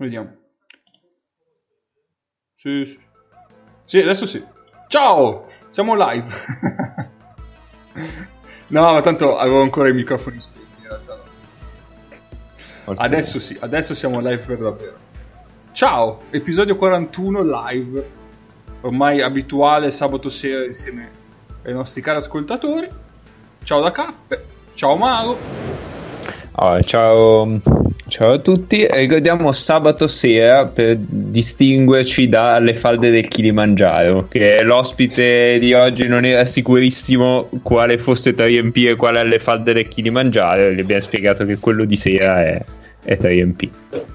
Vediamo. Sì. Sì, adesso sì. Ciao! Siamo live. No, ma tanto avevo ancora i microfoni spenti in realtà. No. Adesso sì, adesso siamo live per davvero. Ciao, episodio 41 live. Ormai abituale sabato sera insieme ai nostri cari ascoltatori. Ciao da Cappe. Ciao Mago. Ciao a tutti. Ricordiamo sabato sera per distinguerci dalle falde del Kilimangiaro, che l'ospite di oggi non era sicurissimo quale fosse tra riempire e quale alle falde del Kilimangiaro, e gli abbiamo spiegato che quello di sera è tra riempire.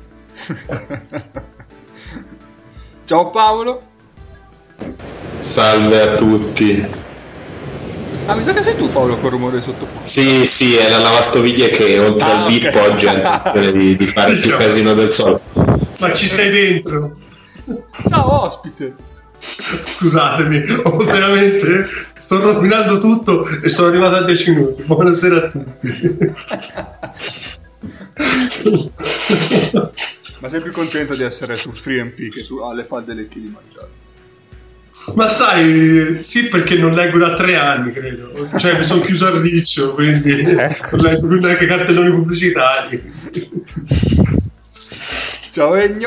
Ciao Paolo. Salve a tutti. Ah, mi sa che sei tu Paolo col rumore sottofondo. Sì, è la lavastoviglie che oltre al beep okay. oggi ha intenzione di fare più casino del solito. Ma ci sei dentro? Ciao ospite. Scusatemi, veramente sto rovinando tutto e sono arrivato a 10 minuti. Buonasera a tutti. Ma sei più contento di essere su FreeMP che su alle falde del Kilimangiaro? Ma sai, sì, perché non leggo da 3 anni, credo. Cioè, mi sono chiuso al riccio, quindi non leggo più neanche cartelloni pubblicitari. Ciao Egno.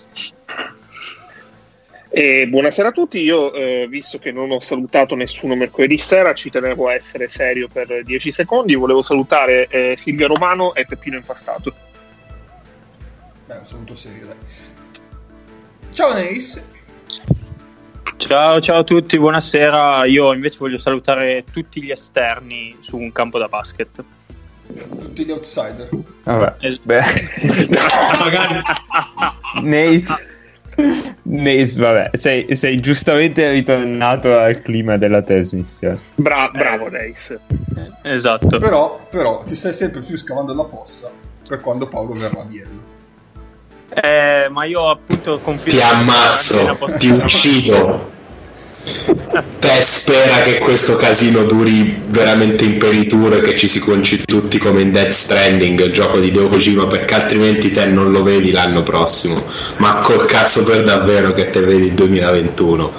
Buonasera a tutti. Io, visto che non ho salutato nessuno mercoledì sera, ci tenevo a essere serio per 10 secondi. Volevo salutare Silvia Romano e Peppino Impastato. Beh, un saluto serio, dai. Ciao Neis. Ciao a tutti, buonasera. Io invece voglio salutare tutti gli esterni su un campo da basket. Tutti gli outsider. Vabbè, Magari. Neis, vabbè, sei giustamente ritornato al clima della trasmissione. Bravo Neis. Esatto. Però ti stai sempre più scavando la fossa per quando Paolo verrà a Biello. Ma io appunto confido. Ti ammazzo, ti uccido. Te spera che questo casino duri veramente in peritour e che ci si conci tutti come in Death Stranding, il gioco di Hideo Kojima, perché altrimenti te non lo vedi l'anno prossimo. Ma col cazzo per davvero che te vedi il 2021.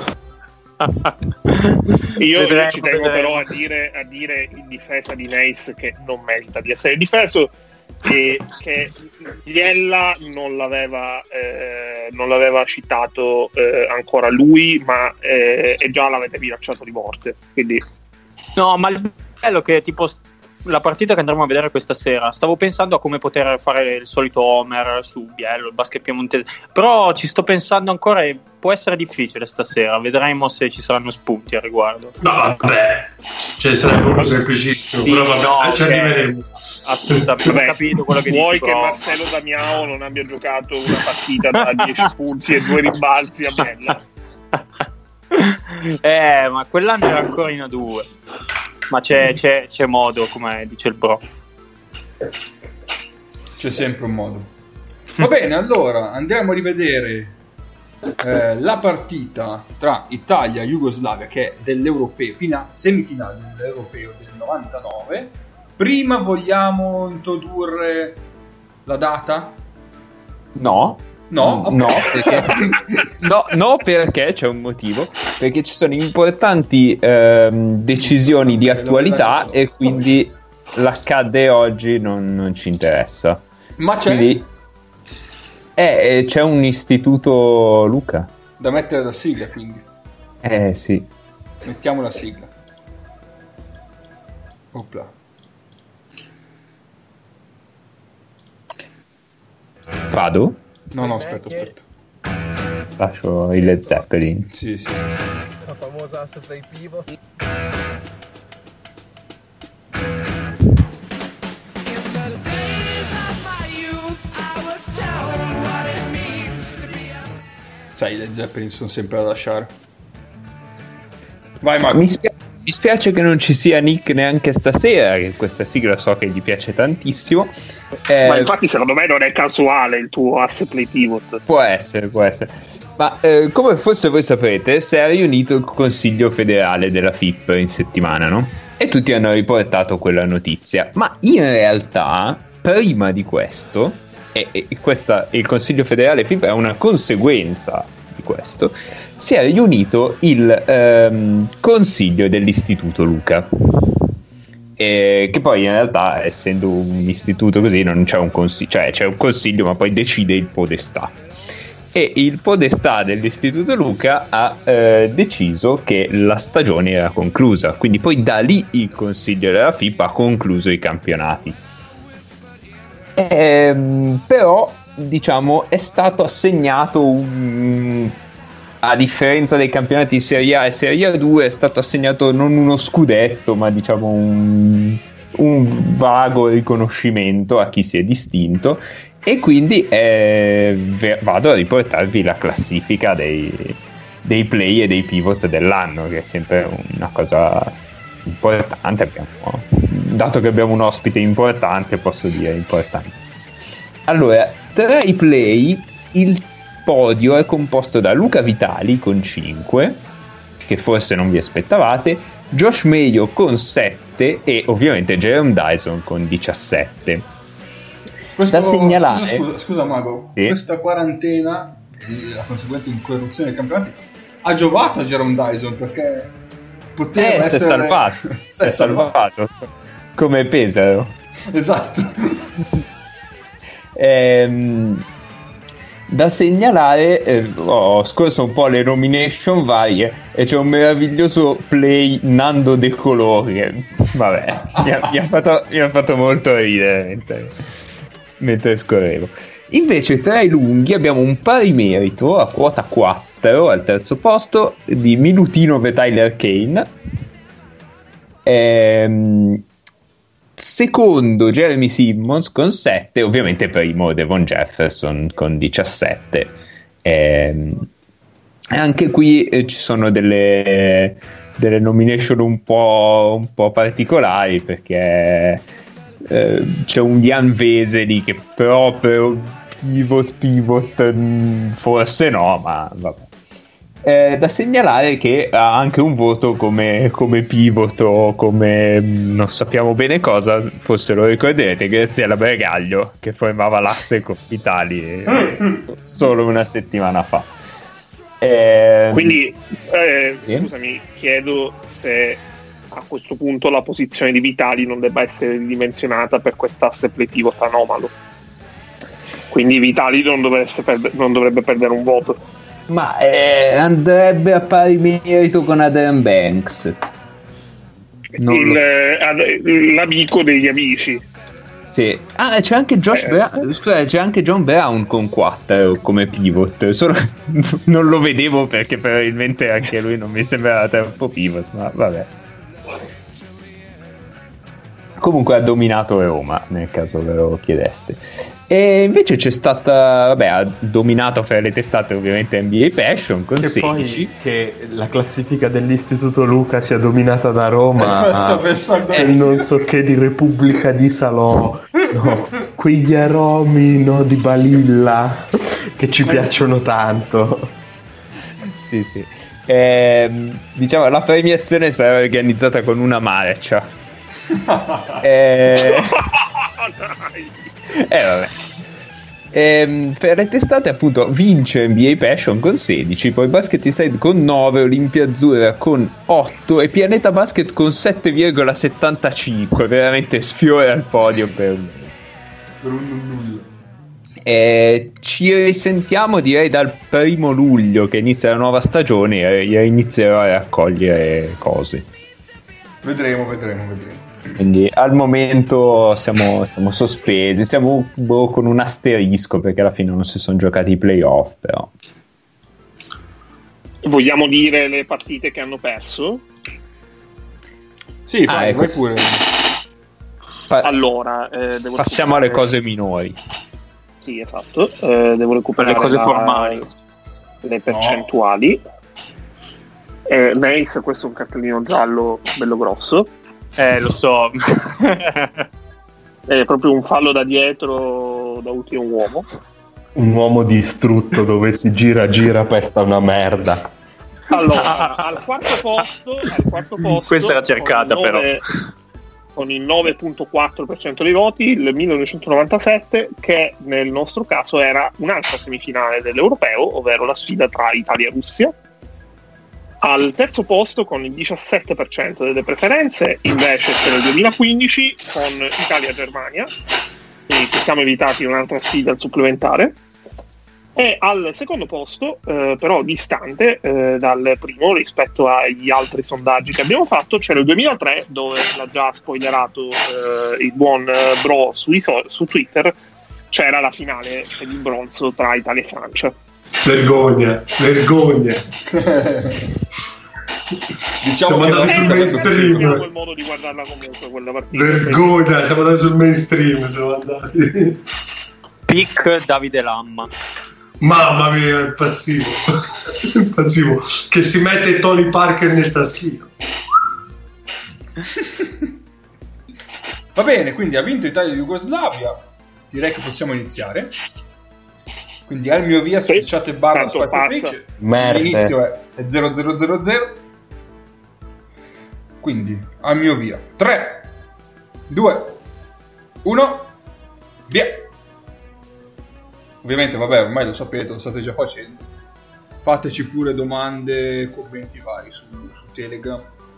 Io ci tengo però a dire in difesa di Neis che non merita di essere difeso, e che Iella non l'aveva citato ancora lui, ma e già l'avete minacciato di morte, quindi No, ma il bello che tipo la partita che andremo a vedere questa sera, stavo pensando a come poter fare il solito Homer su Biello, il basket piemontese, però ci sto pensando ancora e può essere difficile stasera, vedremo se ci saranno spunti al riguardo. No, vabbè, cioè sarebbe uno semplicissimo, Sì, però vabbè, no, ci arriveremo. Assolutamente, ho capito quello che dici. vuoi che però... Marcelo Damiao non abbia giocato una partita da 10 punti e 2 rimbalzi a Biella? Ma quell'anno era ancora in A2, ma c'è modo, come dice il bro. C'è sempre un modo. Va bene, allora andiamo a rivedere la partita tra Italia e Jugoslavia, che è dell'Europeo, semifinale dell'Europeo del 99. Prima vogliamo introdurre la data? No, Okay. no, perché c'è un motivo, perché ci sono importanti decisioni di attualità e quindi l'accadde oggi non ci interessa. Ma c'è? Quindi c'è un istituto Luca. Da mettere la sigla, quindi. Sì. Mettiamo la sigla. Opla. Vado? No, aspetta. Lascio il Led Zeppelin. Sì. La famosa asse dei pivot. Sai, i Led Zeppelin sono sempre da lasciare. Vai Marco. Mi spiace che non ci sia Nick neanche stasera, che questa sigla so che gli piace tantissimo. Ma infatti secondo me non è casuale il tuo asse play pivot. Può essere. Ma come forse voi saprete, si è riunito il Consiglio federale della FIP in settimana, no? E tutti hanno riportato quella notizia. Ma in realtà, prima di questo, e questa, il Consiglio federale FIBA è una conseguenza di questo, si è riunito il Consiglio dell'Istituto Luca, che poi in realtà, essendo un istituto così, non c'è un consiglio, cioè c'è un consiglio ma poi decide il podestà, e il podestà dell'Istituto Luca ha deciso che la stagione era conclusa, quindi poi da lì il Consiglio della FIBA ha concluso i campionati. Però diciamo è stato assegnato a differenza dei campionati Serie A e Serie A2, è stato assegnato non uno scudetto ma diciamo un vago riconoscimento a chi si è distinto, e quindi vado a riportarvi la classifica dei play e dei pivot dell'anno, che è sempre una cosa importante. Dato che abbiamo un ospite importante, posso dire importante. Allora, tra i play il podio è composto da Luca Vitali con 5, che forse non vi aspettavate, Josh Mayo con 7 e ovviamente Jerome Dyson con 17. Da segnalare, scusa Mago, sì? Questa quarantena e la conseguente interruzione dei campionati ha giovato a Jerome Dyson, perché poteva essere... si è salvato come Pesaro. Esatto. Da segnalare, ho scorso un po' le nomination varie e c'è un meraviglioso play Nando De Colore, vabbè, mi ha fatto molto ridere mentre scorrevo. Invece tra i lunghi abbiamo un pari merito a quota 4 al terzo posto di Milutino The Tyler Kane, secondo Jeremy Simmons con 7, ovviamente primo Devon Jefferson con 17. Anche qui ci sono delle nomination un po' particolari, perché c'è un Dian Vesely che proprio pivot forse no, ma vabbè. Da segnalare che ha anche un voto come pivot o come non sappiamo bene cosa, forse lo ricorderete, grazie alla Bergaglio, che formava l'asse con Vitali solo una settimana fa. Quindi scusami, chiedo se a questo punto la posizione di Vitali non debba essere ridimensionata per quest'asse play pivot anomalo, quindi Vitali non dovrebbe perdere un voto. Ma andrebbe a pari merito con Adrian Banks, l'amico degli amici. Sì. C'è anche c'è anche John Brown con 4 come pivot, solo non lo vedevo perché probabilmente anche lui non mi sembrava troppo pivot, ma vabbè. Comunque ha dominato Roma, nel caso ve lo chiedeste. E invece c'è stata, ha dominato fra le testate ovviamente NBA Passion con 16. Poi che la classifica dell'Istituto Luca sia dominata da Roma e non so che di Repubblica di Salò, no, quegli aromi di Balilla che ci piacciono tanto. Sì. Diciamo la premiazione sarà organizzata con una marcia. Vabbè. Per le testate appunto vince NBA Passion con 16, poi Basket Inside con 9, Olimpia Azzurra con 8 e Pianeta Basket con 7,75, veramente sfiora il podio per un nulla. Ci risentiamo direi dal 1 luglio che inizia la nuova stagione e inizierò a raccogliere cose. Vedremo. Quindi al momento siamo sospesi, siamo con un asterisco perché alla fine non si sono giocati i playoff, però. Vogliamo dire le partite che hanno perso? Sì, vai pure. Allora, passiamo alle cose minori. Sì, esatto. Devo recuperare le cose formali, le percentuali. Mace, questo è un cartellino giallo bello grosso. Lo so. È proprio un fallo da dietro da ultimo uomo. Un uomo distrutto dove si gira pesta una merda. Allora, al quarto posto questa era cercata, però con il 9.4% dei voti, il 1997, che nel nostro caso era un'altra semifinale dell'Europeo, ovvero la sfida tra Italia e Russia. Al terzo posto, con il 17% delle preferenze, invece c'è il 2015 con Italia-Germania, quindi ci siamo evitati un'altra sfida al supplementare. E al secondo posto, però distante dal primo rispetto agli altri sondaggi che abbiamo fatto, c'era il 2003, dove l'ha già spoilerato il buon Bro su Twitter, c'era la finale per il bronzo tra Italia e Francia. Vergogna. Diciamo siamo andati sul mainstream. Il modo di guardarla comunque quella partita. Vergogna, siamo andati sul mainstream, siamo andati. Pick Davide Lamma. Mamma mia, impazzivo. Che si mette Tony Parker nel taschino. Va bene, quindi ha vinto Italia e Jugoslavia. Direi che possiamo iniziare. Quindi al mio via schiacciate barra spaziatrice. L'inizio è 0000. Quindi al mio via 3 2 1 via. Ovviamente, vabbè, ormai lo sapete, lo state già facendo. Fateci pure domande, commenti vari su Telegram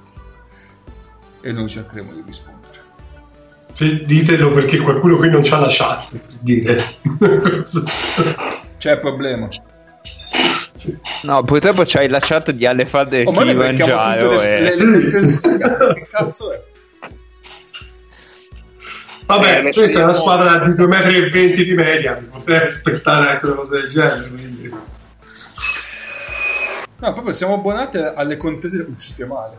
e noi cercheremo di rispondere. Sì, ditelo, perché qualcuno qui non ci ha lasciato per dire. C'è problema. Sì. No, purtroppo c'hai la chat di alle falde del Kilimangiaro. Che cazzo è? Vabbè, questa è una squadra di 2,20 metri di media, mi potrei aspettare anche una cosa del genere. Quindi. No, proprio siamo abbonati alle contese uscite male.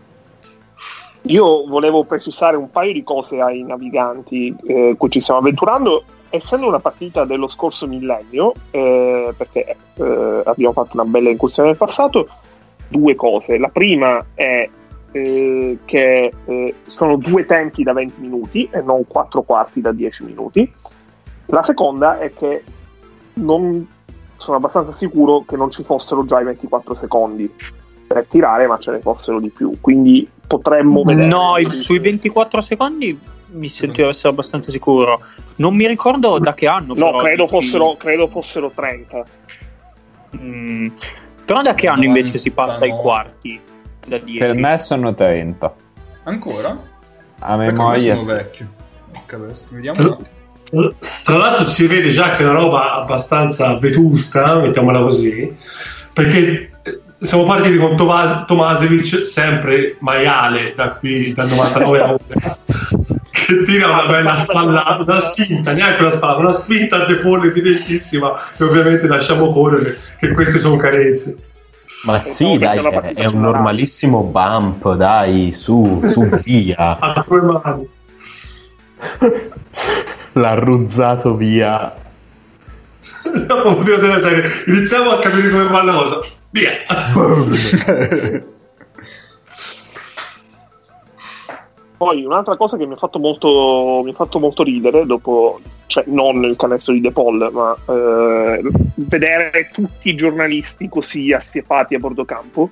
Io volevo precisare un paio di cose ai naviganti cui ci stiamo avventurando. Essendo una partita dello scorso millennio, perché abbiamo fatto una bella incursione nel passato, due cose. La prima è che sono 2 tempi da 20 minuti e non 4 quarti da 10 minuti. La seconda è che non sono abbastanza sicuro che non ci fossero già i 24 secondi per tirare, ma ce ne fossero di più, quindi potremmo vedere. No, sui 24 secondi mi sento di essere abbastanza sicuro. Non mi ricordo da che anno. No, credo fossero 30. Però da che anno invece si passa ai quarti? Per me sono 30. Ancora? A memoria sono vecchio. Vediamo. Tra l'altro si vede già che è una roba abbastanza vetusta, mettiamola così, perché siamo partiti con Tomasevic, sempre maiale dal 99 a ora, che tira una bella spallata, una spinta, neanche una spallata, una spinta a default evidentissima, e ovviamente lasciamo correre, che queste sono carenze. Ma sì, dai, è un normalissimo bump, dai, su via. A 2 mani. L'ha ruzzato via. Dopo della serie, iniziamo a capire come va la cosa. Via. Poi un'altra cosa che mi ha fatto molto ridere dopo, cioè non il canestro di De Paul, ma vedere tutti i giornalisti così assiepati a bordo campo,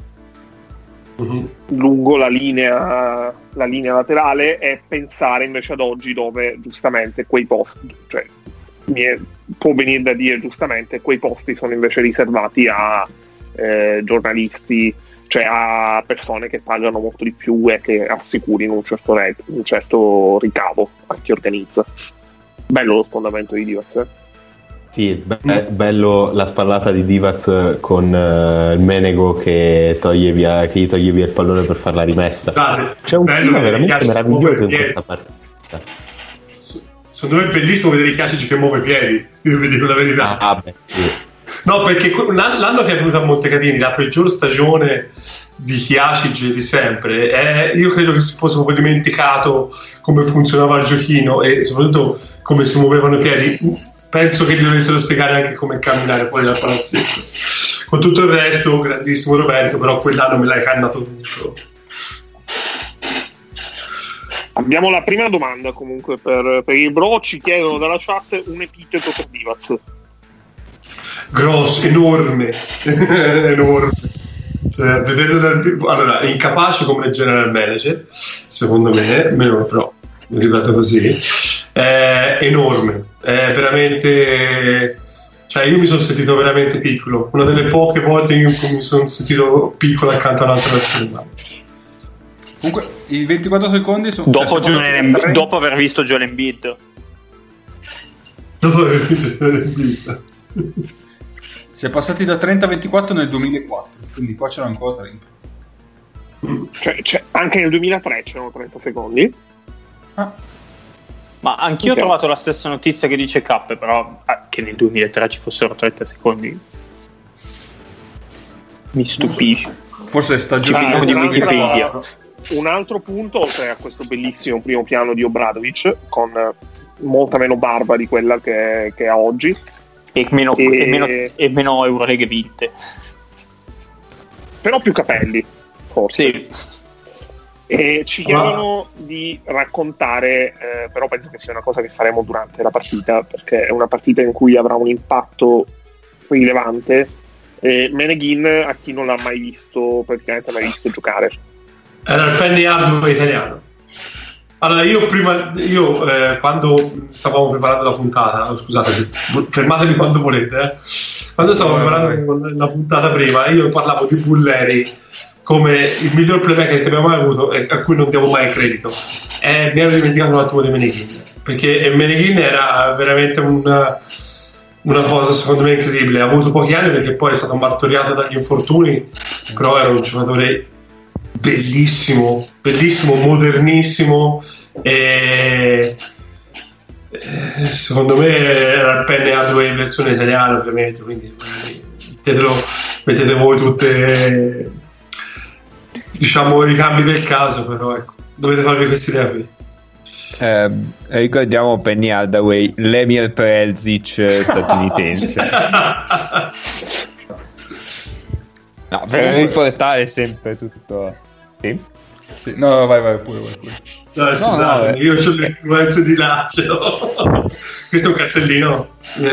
lungo la linea laterale, e pensare invece ad oggi, dove giustamente quei posti, cioè può venire da dire giustamente, quei posti sono invece riservati a giornalisti, cioè a persone che pagano molto di più e che assicurino un certo ricavo a chi organizza. Bello lo sfondamento di Divac. Sì, bello la spallata di Divac con il Menego che gli toglie via il pallone per fare la rimessa. C'è un film veramente meraviglioso in questa partita. Secondo me è bellissimo vedere i Chiasici che muove i piedi, vi dico la verità. Sì. No, perché l'anno che è venuto a Montecatini, la peggior stagione di Chiasici di sempre, io credo che si fosse un po' dimenticato come funzionava il giochino e soprattutto come si muovevano i piedi. Penso che gli dovessero spiegare anche come camminare fuori dal palazzetto. Con tutto il resto, grandissimo Roberto, però quell'anno me l'hai cannato tutto. Abbiamo la prima domanda comunque per il Bro. Ci chiedono dalla chat un epiteto per Divac. Grosso, enorme. Enorme. Cioè, allora, incapace come general manager, secondo me, però ripeto così, è enorme, è veramente, cioè io mi sono sentito veramente piccolo, una delle poche volte in cui mi sono sentito piccolo accanto a un'altra persona. Comunque i 24 secondi sono dopo aver visto Joel Embiid. Si è passati da 30 a 24 nel 2004, quindi qua c'erano ancora 30. Cioè, anche nel 2003 c'erano 30 secondi. Ma anch'io ho trovato la stessa notizia che dice K, però che nel 2003 ci fossero 30 secondi mi stupisce. Forse è stagionale di Wikipedia. Un altro punto, oltre a questo bellissimo primo piano di Obradovic, con molta meno barba di quella che ha oggi e meno Euroleghe vinte, però più capelli forse. Sì. E ci chiedono di raccontare, però penso che sia una cosa che faremo durante la partita, perché è una partita in cui avrà un impatto rilevante. Meneghin, a chi non l'ha mai visto, praticamente mai visto giocare, era il Penny Hardaway italiano. Allora io quando stavamo preparando la puntata, scusate, fermatevi quando volete, quando stavamo preparando la puntata prima, io parlavo di Bulleri come il miglior playmaker che abbiamo mai avuto e a cui non diamo mai credito, e mi ero dimenticato un attimo di Meneghin, perché Meneghin era veramente una cosa secondo me incredibile. Ha avuto pochi anni perché poi è stato martoriato dagli infortuni, però era un giocatore bellissimo, modernissimo, e secondo me era il Penny Hardaway in versione italiana, ovviamente, quindi mettete voi tutte, diciamo, i cambi del caso, però ecco, dovete farvi questa idea qui. Ricordiamo Penny Hardaway, l'Emir Prelzic statunitense. No, per riportare sempre tutto. Sì? Sì, no, vai pure. No, scusate, io ho le influenze di là, questo è un cartellino.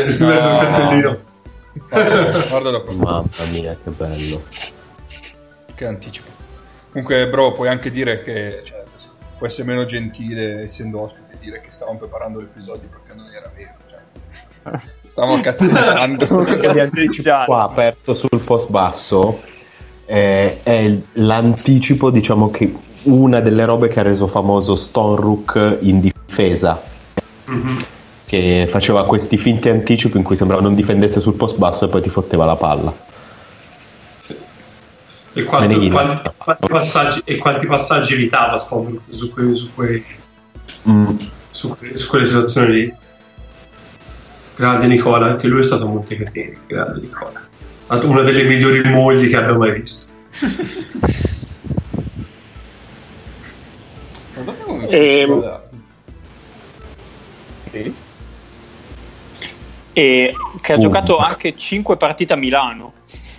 Guardalo qua. Mamma mia, che bello. Che anticipo. Comunque, bro, puoi anche dire che può essere meno gentile, essendo ospite, dire che stavamo preparando l'episodio perché non era vero. Stavamo cazzeggiando. Qua aperto sul post basso è l'anticipo, diciamo, che una delle robe che ha reso famoso Stonrook in difesa, che faceva questi finti anticipi in cui sembrava non difendesse sul post basso e poi ti fotteva la palla. Sì. E quanti passaggi evitava Stonrook su quelle situazioni lì. Grande Nicola, anche lui è stato molto cattivo. Grande Nicola, una delle migliori mogli che abbia mai visto. E che ha giocato anche 5 partite a Milano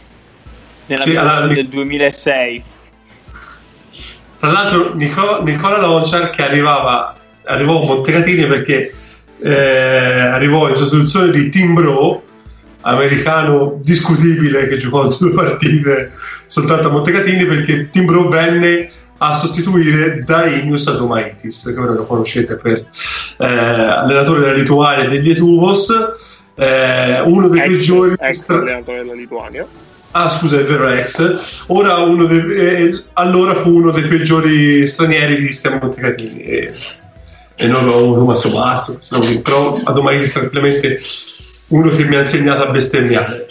nel 2006. Tra l'altro Nicola Lonchar, che arrivò a Montecatini perché arrivò in sostituzione di Tim Bro, americano discutibile che giocò 2 partite soltanto a Montecatini, perché Tim Bro venne a sostituire Dainius Adomaitis, che ora lo conoscete per allenatore della Lituania e degli Lietuvos, uno dei peggiori allenatore della Lituania. Ah, scusa, è vero, ex. Ora allora fu uno dei peggiori stranieri visti a Montecatini e non l'ho avuto ma basso, però Adomaitis tranquillamente uno che mi ha insegnato a bestemmiare.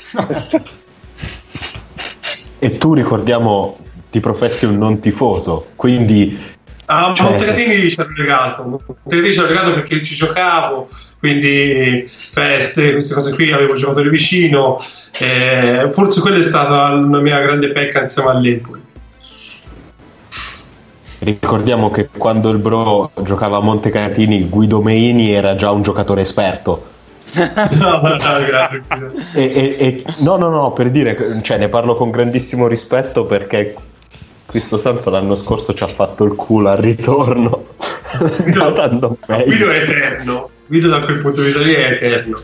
E tu, ricordiamo, ti professi un non tifoso, quindi Montecatini ci ha legato perché ci giocavo, quindi feste, queste cose qui, avevo giocatori vicino, forse quella è stata una mia grande pecca insieme all'Empoli. Ricordiamo che quando il Bro giocava a Montecatini, Guido Meini era già un giocatore esperto. No, per dire, cioè, ne parlo con grandissimo rispetto, perché Cristo Santo l'anno scorso ci ha fatto il culo al ritorno. Guido è eterno. Guido da quel punto di vista lì è eterno.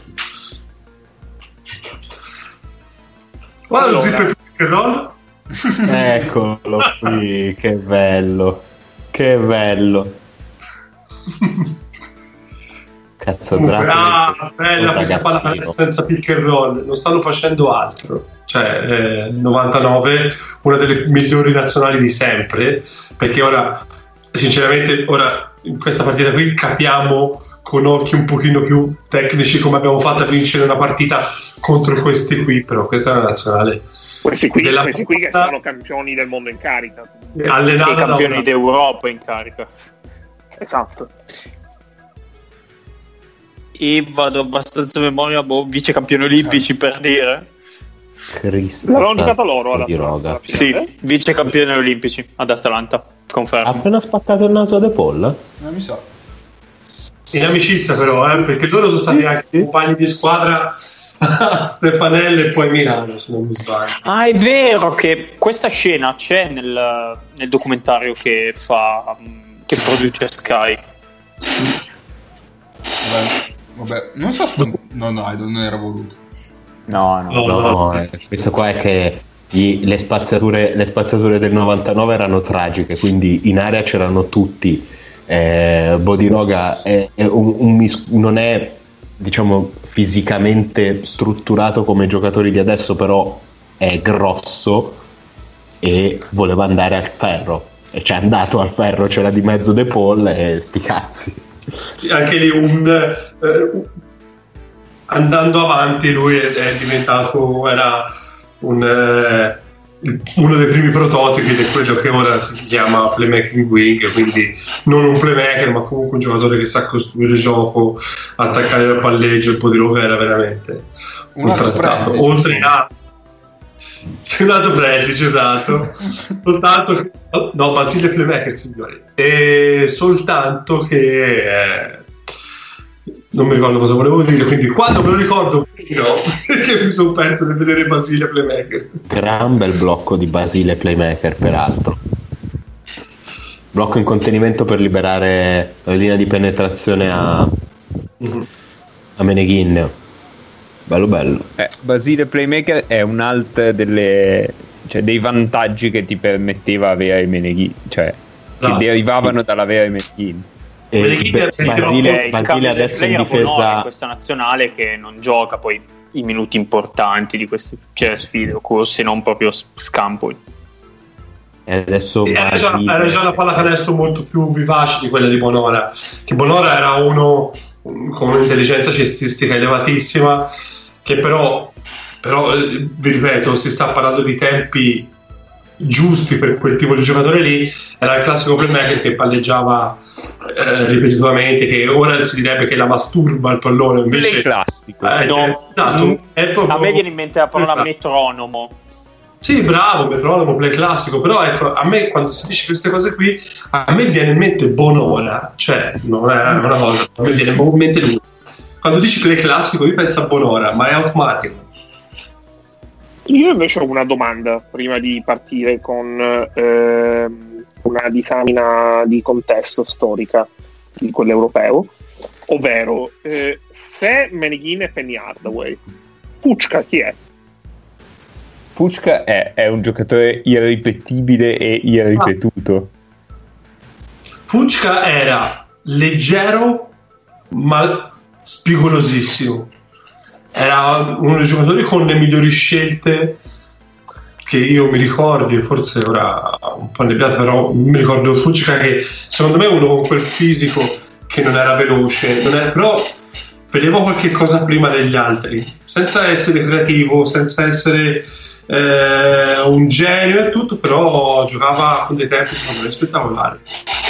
Guarda lo zip e roll. Eccolo qui, che bello. Cazzo, bella questa pallacanestro senza pick and roll, non stanno facendo altro. Cioè 99, una delle migliori nazionali di sempre, perché ora sinceramente in questa partita qui capiamo con occhi un pochino più tecnici come abbiamo fatto a vincere una partita contro questi qui, però questa è una nazionale. Questi qui che sono campioni del mondo in carica, allenati campioni d'Europa in carica. Esatto. E vado abbastanza a memoria, vice campioni olimpici per dire. L'hanno giocato loro alla sì, vice campioni olimpici ad Atalanta, confermo. Ha appena spaccato il naso a De Paul? Non mi sa. In amicizia però, perché loro sono stati anche compagni di squadra a Stefanello e poi Milano, se non mi sbaglio. Ah, è vero che questa scena c'è nel documentario che produce Sky. Vabbè, non so no, non era voluto. No, questo qua è che le spazzature del 99 erano tragiche, quindi in area c'erano tutti. Bodiroga non è, diciamo, fisicamente strutturato come i giocatori di adesso, però è grosso e voleva andare al ferro e c'è andato al ferro, c'era di mezzo De Paul e sti cazzi. Anche lì andando avanti lui è diventato, era uno dei primi prototipi di quello che ora si chiama playmaking wing, quindi non un playmaker ma comunque un giocatore che sa costruire gioco, attaccare dal palleggio. Il Bodiroga era veramente un trattato, oltre a un altro Prezic, esatto. Soltanto che, no, Basile playmaker, signori, e soltanto che non mi ricordo cosa volevo dire, quindi quando me lo ricordo perché mi sono perso di vedere Basile playmaker. Gran bel blocco di Basile playmaker, peraltro. Blocco in contenimento per liberare la linea di penetrazione a Meneghin. Bello. Basile playmaker è un alt dei vantaggi che ti permetteva avere Meneghin, cioè che derivavano dall'avere Meneghin. Basile adesso in difesa in questa nazionale che non gioca poi i minuti importanti di queste sfide o corse, non proprio scampo. E adesso era già una pallacanestro molto più vivace di quella di Bonora, che Bonora era uno con un'intelligenza cestistica elevatissima, che però vi ripeto, si sta parlando di tempi giusti per quel tipo di giocatore lì. Era il classico playmaker che palleggiava ripetutamente, che ora si direbbe che la masturba il pallone, invece è classico. Esatto, è proprio... A me viene in mente la parola metronomo. Sì, bravo, metronomo, play classico, però ecco, a me quando si dice queste cose qui, a me viene in mente Bonora, cioè non è una cosa, a me viene in mente lui. Quando dici play classico io penso a Bonora, ma è automatico. Io invece ho una domanda prima di partire con una disamina di contesto storica di quello europeo, ovvero se Meneghin e Penny Hardaway, Pučka chi è? Pučka è un giocatore irripetibile e irripetuto. Pučka era leggero ma spigolosissimo. Era uno dei giocatori con le migliori scelte che io mi ricordi, forse ora un po' annebbiato, però mi ricordo Pučka che secondo me è uno con quel fisico che non era veloce, però vedeva qualche cosa prima degli altri, senza essere creativo, senza essere un genio e tutto, però giocava con dei tempi secondo me spettacolari.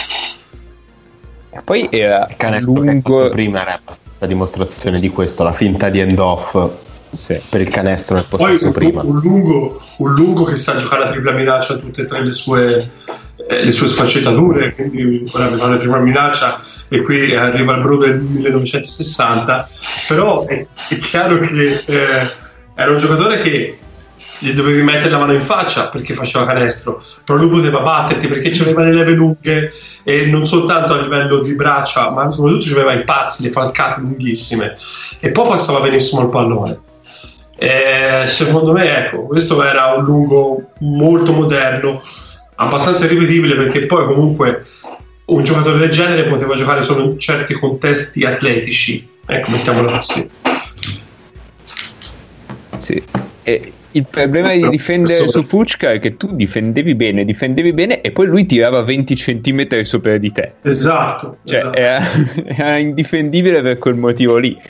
Poi era lungo, prima era abbastanza dimostrazione di questo, la finta di end-off per il canestro nel possesso prima. Un lungo che sa giocare a tripla minaccia tutte e tre le sue sfaccettature, quindi ora aveva la tripla minaccia e qui arriva il Bru del 1960, però è chiaro che era un giocatore che gli dovevi mettere la mano in faccia perché faceva canestro, però lui poteva batterti perché aveva le leve lunghe e non soltanto a livello di braccia ma soprattutto aveva i passi, le falcate lunghissime e poi passava benissimo il pallone. Secondo me ecco, questo era un lungo molto moderno, abbastanza irripetibile, perché poi comunque un giocatore del genere poteva giocare solo in certi contesti atletici, ecco, mettiamolo così. Sì. E il problema di difendere su Fucka è che tu difendevi bene e poi lui tirava 20 centimetri sopra di te. Esatto. Cioè era indifendibile per quel motivo lì.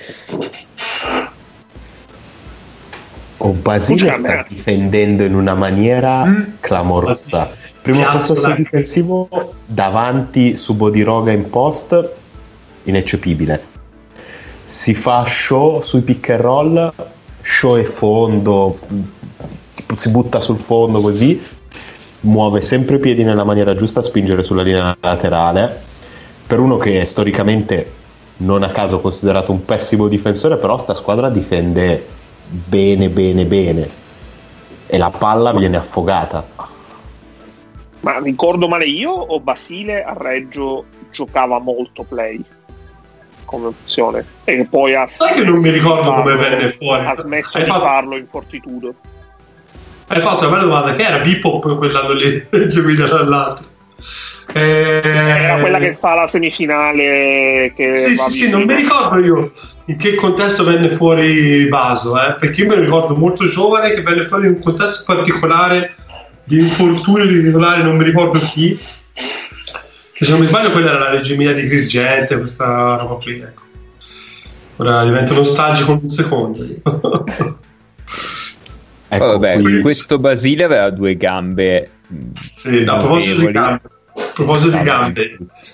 Basile sta difendendo in una maniera clamorosa. Primo possesso difensivo davanti su Bodiroga in post, ineccepibile. Si fa show sui pick and roll, show e fondo, tipo si butta sul fondo così, muove sempre i piedi nella maniera giusta a spingere sulla linea laterale. Per uno che è storicamente non a caso considerato un pessimo difensore, però sta squadra difende bene e la palla viene affogata. Ma ricordo male io o Basile a Reggio giocava molto play come opzione e poi sai che non mi ricordo come venne fuori, ha smesso di farlo in Fortitudo. Hai fatto una bella domanda, che era Bipop quell'anno lì seguita dall'altro. Era quella che fa la semifinale che sì, non mi ricordo io in che contesto venne fuori Baso, perché io me lo ricordo molto giovane che venne fuori in un contesto particolare di infortunio di titolare, non mi ricordo chi, che se non mi sbaglio quella era la regimia di Chris Gente, questa roba qui, ecco. Ora divento nostalgico in un secondo. Ecco, vabbè, questo Basile aveva due gambe. Sì, a proposito di gambe,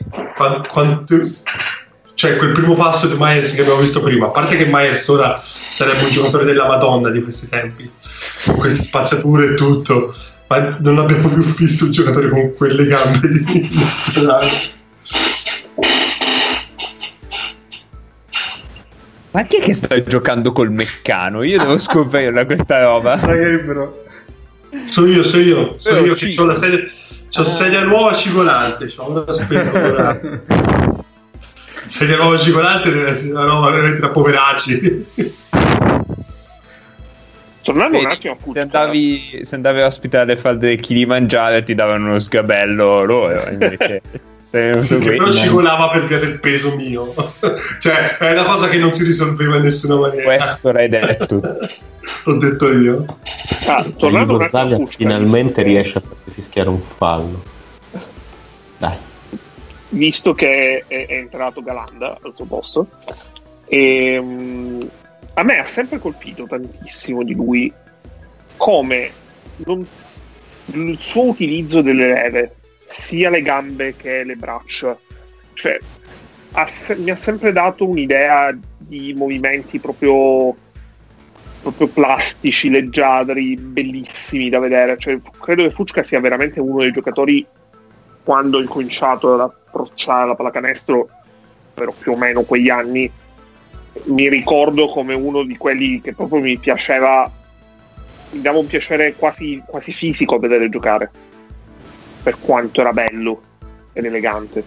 cioè quel primo passo di Myers che abbiamo visto prima, a parte che Myers ora sarebbe un giocatore della Madonna di questi tempi, con queste spazzature e tutto, ma non abbiamo più visto un giocatore con quelle gambe di nazionale. Ma chi è che sta giocando col Meccano? Io devo scoprirla questa roba. So io che ho la sedia nuova cigolante, c'ho una spesa. Sedia nuova cigolante deve essere una roba veramente da poveracci. Tornando un attimo a Fucka, se andavi a ospitare le falde del Kilimangiaro ti davano uno sgabello loro, invece sì, che però cigolava per via del peso mio. Cioè è una cosa che non si risolveva in nessuna maniera. Questo l'hai detto. L'ho detto io. Tornando un attimo a Fucka, finalmente riesce a farsi fischiare un fallo. Dai. Visto che è entrato Galanda al suo posto, e a me ha sempre colpito tantissimo di lui come il suo utilizzo delle leve, sia le gambe che le braccia, cioè mi ha sempre dato un'idea di movimenti proprio plastici, leggiadri, bellissimi da vedere. Cioè, credo che Fucka sia veramente uno dei giocatori, quando ho incominciato ad approcciare la pallacanestro, però più o meno quegli anni, mi ricordo come uno di quelli che proprio mi dava un piacere quasi fisico a vedere giocare, per quanto era bello ed elegante.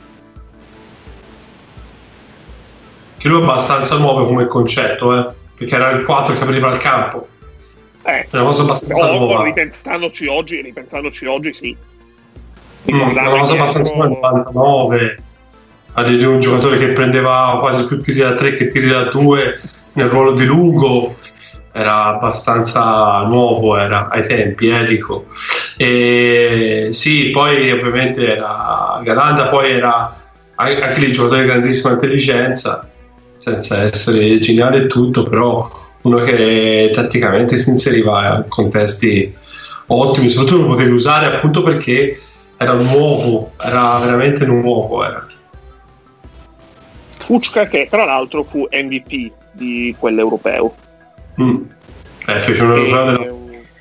Che lui è abbastanza nuovo come concetto, perché era il 4 che apriva il campo. È una cosa abbastanza nuova. Ripensandoci oggi sì. Una cosa abbastanza 99, di un giocatore che prendeva quasi più tiri da 3 che tiri da 2 nel ruolo di lungo, era abbastanza nuovo, era ai tempi, dico. E sì, poi ovviamente era Galanda, poi era anche lì giocatore di grandissima intelligenza, senza essere geniale e tutto, però uno che tatticamente si inseriva in contesti ottimi, soprattutto lo potevi usare appunto perché era nuovo, era veramente nuovo. Fucka, che tra l'altro fu MVP di quell'europeo. Fece un europeo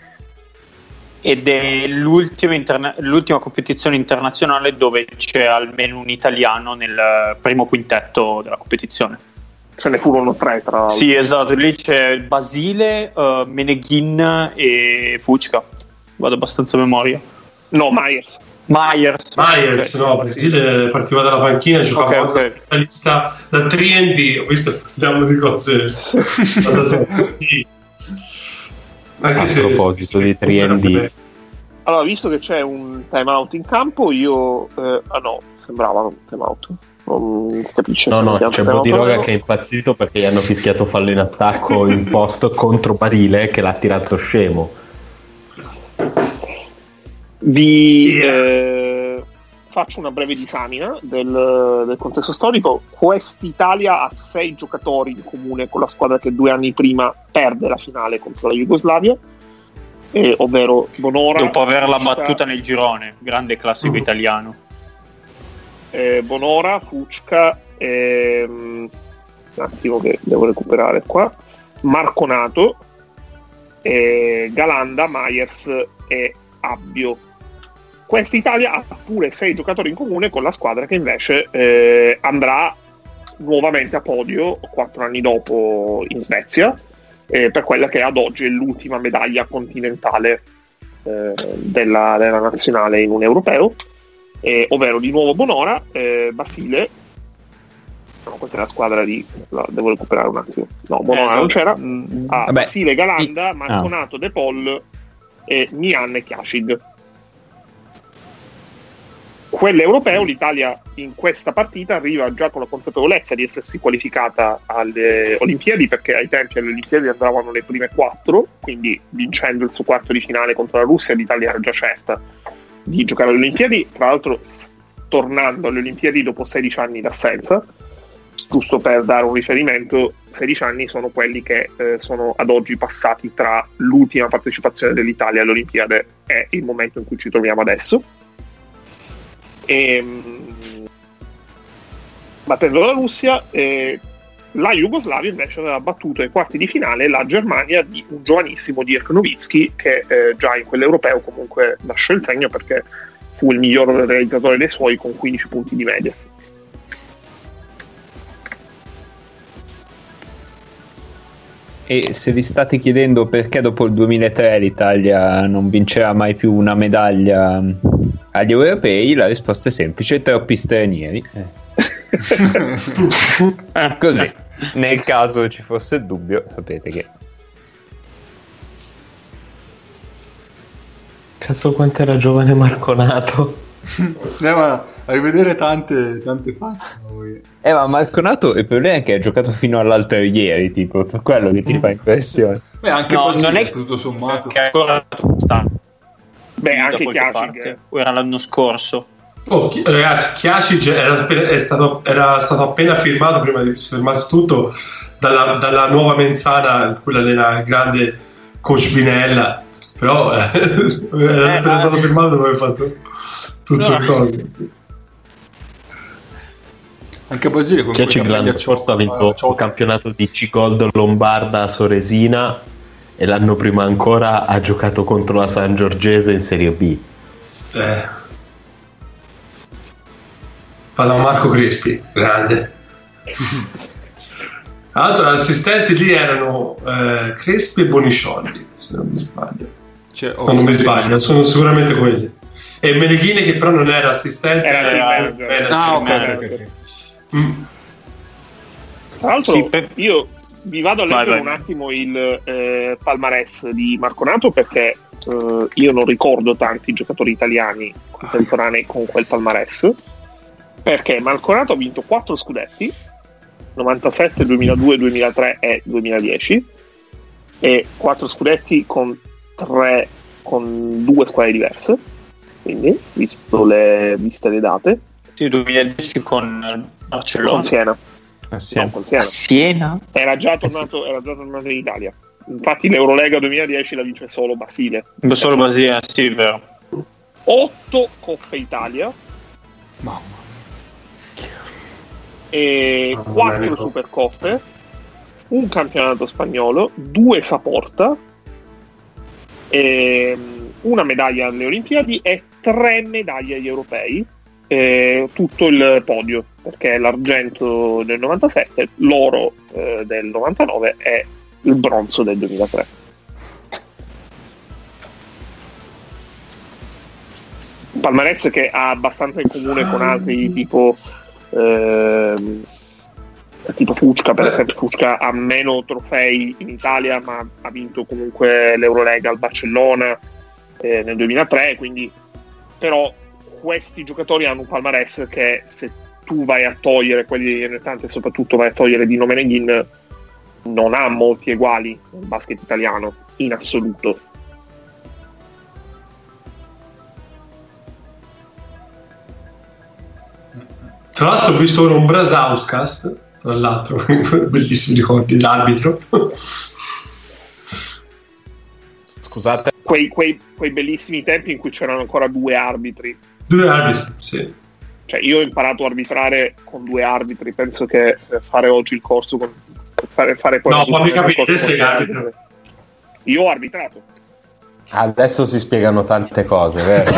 ed è l'ultima competizione internazionale dove c'è almeno un italiano nel primo quintetto della competizione. Ce ne furono 3 tra l'altro. Sì, esatto, lì c'è Basile, Meneghin e Fucka. Vado abbastanza a memoria. No, Myers, no, Basile partiva dalla panchina, giocava come specialista da 3&D. Ho visto, parliamo di cose sì. Anche a proposito di 3&D, Allora, visto che c'è un time out in campo, io no, sembrava un time out. Non si capisce. No, c'è Bodiroga che è impazzito perché gli hanno fischiato fallo in attacco in post contro Basile, che l'ha tirato scemo. Faccio una breve disamina del contesto storico. Quest'Italia ha 6 giocatori in comune con la squadra che 2 anni prima perde la finale contro la Jugoslavia, ovvero Bonora, dopo averla battuta nel girone, grande classico italiano. Bonora, Fucca, un attimo che devo recuperare qua, Marconato, Galanda, Myers e Abbio. Quest'Italia ha pure 6 giocatori in comune con la squadra che invece andrà nuovamente a podio 4 anni dopo in Svezia, per quella che ad oggi è l'ultima medaglia continentale della nazionale in un europeo, ovvero di nuovo Bonora, Basile. No, questa è la squadra devo recuperare un attimo. No, Bonora non c'era. Basile, Galanda, Marconato, De Paul e Mian e Chiacig. Quell'europeo, l'Italia in questa partita arriva già con la consapevolezza di essersi qualificata alle Olimpiadi, perché ai tempi alle Olimpiadi andavano le prime 4, quindi vincendo il suo quarto di finale contro la Russia l'Italia era già certa di giocare alle Olimpiadi, tra l'altro tornando alle Olimpiadi dopo 16 anni d'assenza. Giusto per dare un riferimento, 16 anni sono quelli che sono ad oggi passati tra l'ultima partecipazione dell'Italia alle Olimpiadi e il momento in cui ci troviamo adesso. Battendo la Russia, la Jugoslavia invece aveva battuto ai quarti di finale la Germania di un giovanissimo Dirk Nowitzki, che già in quell'europeo comunque lasciò il segno perché fu il miglior realizzatore dei suoi con 15 punti di media. E se vi state chiedendo perché dopo il 2003 l'Italia non vincerà mai più una medaglia agli europei, la risposta è semplice: troppi stranieri. Così, nel caso ci fosse il dubbio, sapete che cazzo quanto era giovane Marconato. Ma a rivedere tante facce. Ma Marconato il problema è che ha giocato fino all'altro ieri, tipo, per quello che ti fa impressione. Beh, anche non è tutto sommato che ancora sta. Beh, anche Chiacig era l'anno scorso. Ragazzi, Chiacig era stato appena firmato, prima di fermarsi tutto, dalla nuova Menzana, quella della grande coach Binella, però era appena stato firmato, dove aveva fatto tutto il coso. Anche Basile Chiacig l'anno scorso ha vinto il campionato di C-Gold Lombarda a Soresina e l'anno prima ancora ha giocato contro la San Giorgese in Serie B. Vado a Marco Crespi, grande. Tra l'altro gli assistenti lì erano Crespi e Boniciolli, se non mi sbaglio. Non mi sbaglio, sono sicuramente quelli. E Meneghini, che però non era assistente, era ok. Tra l'altro io vi vado a leggere un attimo il palmarès di Marconato, perché io non ricordo tanti giocatori italiani contemporanei con quel palmarès, perché Marconato ha vinto 4 scudetti 97, 2002, 2003 e 2010, e 4 scudetti con 2 squadre diverse, quindi viste le date. Sì, 2010 con Barcellona. Con Siena. No, con Siena. Era già tornato in Italia. Infatti l'Eurolega 2010 la vince solo Basile. Solo Basile, sì, vero. 8 Coppa Italia. Mamma. E 4 Supercoppe, un campionato spagnolo, 2 Saporta, e una medaglia alle Olimpiadi e 3 medaglie agli europei. Tutto il podio, perché l'argento del 97, l'oro del 99 e il bronzo del 2003. Palmarès che ha abbastanza in comune con altri tipo Fucca, per esempio. Fucca ha meno trofei in Italia, ma ha vinto comunque l'Eurolega al Barcellona, nel 2003, quindi però questi giocatori hanno un palmarès che, se tu vai a togliere quelli di Renatante e soprattutto vai a togliere Dino Meneghin, non ha molti eguali nel basket italiano in assoluto. Tra l'altro ho visto un Brazauskas, tra l'altro, bellissimi ricordi, l'arbitro. Scusate. Quei bellissimi tempi in cui c'erano ancora 2 arbitri. 2 arbitri, sì. Cioè, io ho imparato a arbitrare con 2 arbitri, penso che fare oggi il corso con fare no, fammi capire, sei arbitro. Io ho arbitrato. Adesso si spiegano tante cose, vero?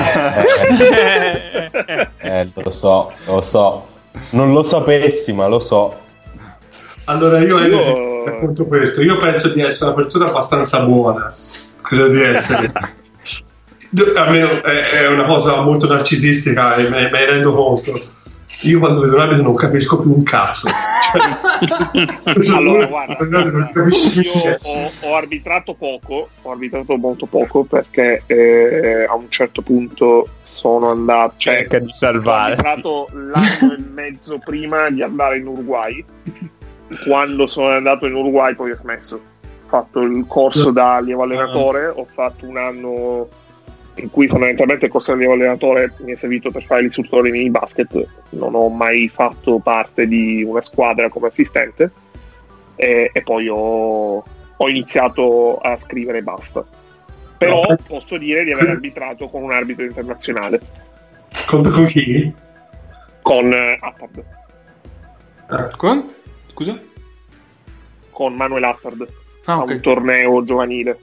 Lo so. Non lo sapessi, ma lo so. Allora io racconto questo. Io penso di essere una persona abbastanza buona. Credo di essere. Almeno è una cosa molto narcisistica e me ne rendo conto. Io quando vedo l'arbitro non capisco più un cazzo. Allora guarda, io ho arbitrato molto poco, perché a un certo punto sono andato, cerca di salvarsi. Ho arbitrato l'anno e mezzo prima di andare in Uruguay. Quando sono andato in Uruguay poi ho smesso. Ho fatto il corso da allievo allenatore, ho fatto un anno in cui fondamentalmente il corso di allievo allenatore mi è servito per fare l'istruttore di mini basket. Non ho mai fatto parte di una squadra come assistente e poi ho iniziato a scrivere e basta. Però posso dire di aver arbitrato con un arbitro internazionale. Con chi? Con Attard. Con? Scusa? Con Manuel Attard. A un torneo giovanile.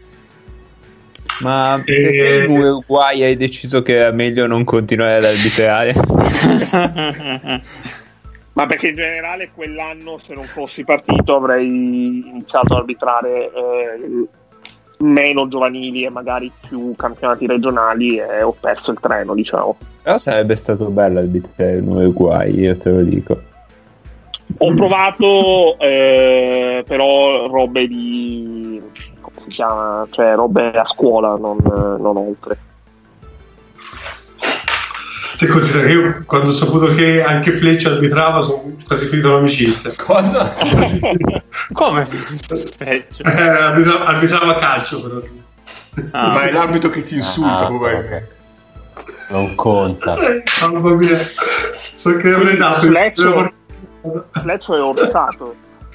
Ma perché in Uruguay hai deciso che era meglio non continuare ad arbitrare? Ma perché in generale quell'anno, se non fossi partito, avrei iniziato ad arbitrare meno giovanili e magari più campionati regionali, e ho perso il treno, diciamo. Però sarebbe stato bello arbitrare in Uruguay, io te lo dico. Ho provato però robe di, come si chiama, cioè robe a scuola, non oltre. Ti consideri, io quando ho saputo che anche Fleccio arbitrava sono quasi finito l'amicizia. Cosa? Come Fleccio? Arbitrava calcio però. Ma è l'arbitro che ti insulta, probabilmente. Non conta. Mamma mia, so che avrei dato Fleccio è orsato.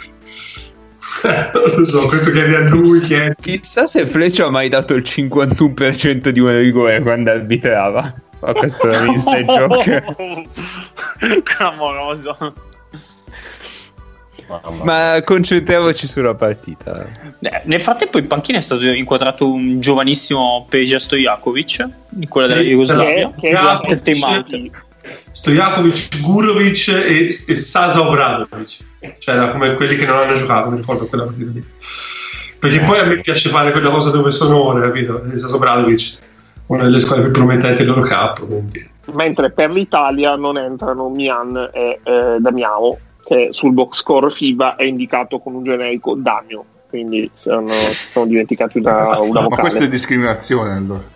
Non lo so, questo chiede a lui. Chissà se Fleccio ha mai dato il 51% di un rigore quando arbitrava. Ma questo è un inside joke. Clamoroso. Ma concentriamoci sulla partita. Nel frattempo in panchina è stato inquadrato un giovanissimo Peja Stojakovic, in quella della Jugoslavia, che è il time out. Stojakovic, Gurovic e Sasa Obradovic, cioè era come quelli che non hanno giocato, mi ricordo quella partita lì, perché poi a me piace fare quella cosa dove sono ore, capito? Sasa Obradovic, una delle squadre più promettenti del loro campo, quindi. Mentre per l'Italia non entrano Mian e Damiao, che sul box score FIBA è indicato con un generico Damio, quindi sono dimenticati una vocale. Ma questa è discriminazione, allora.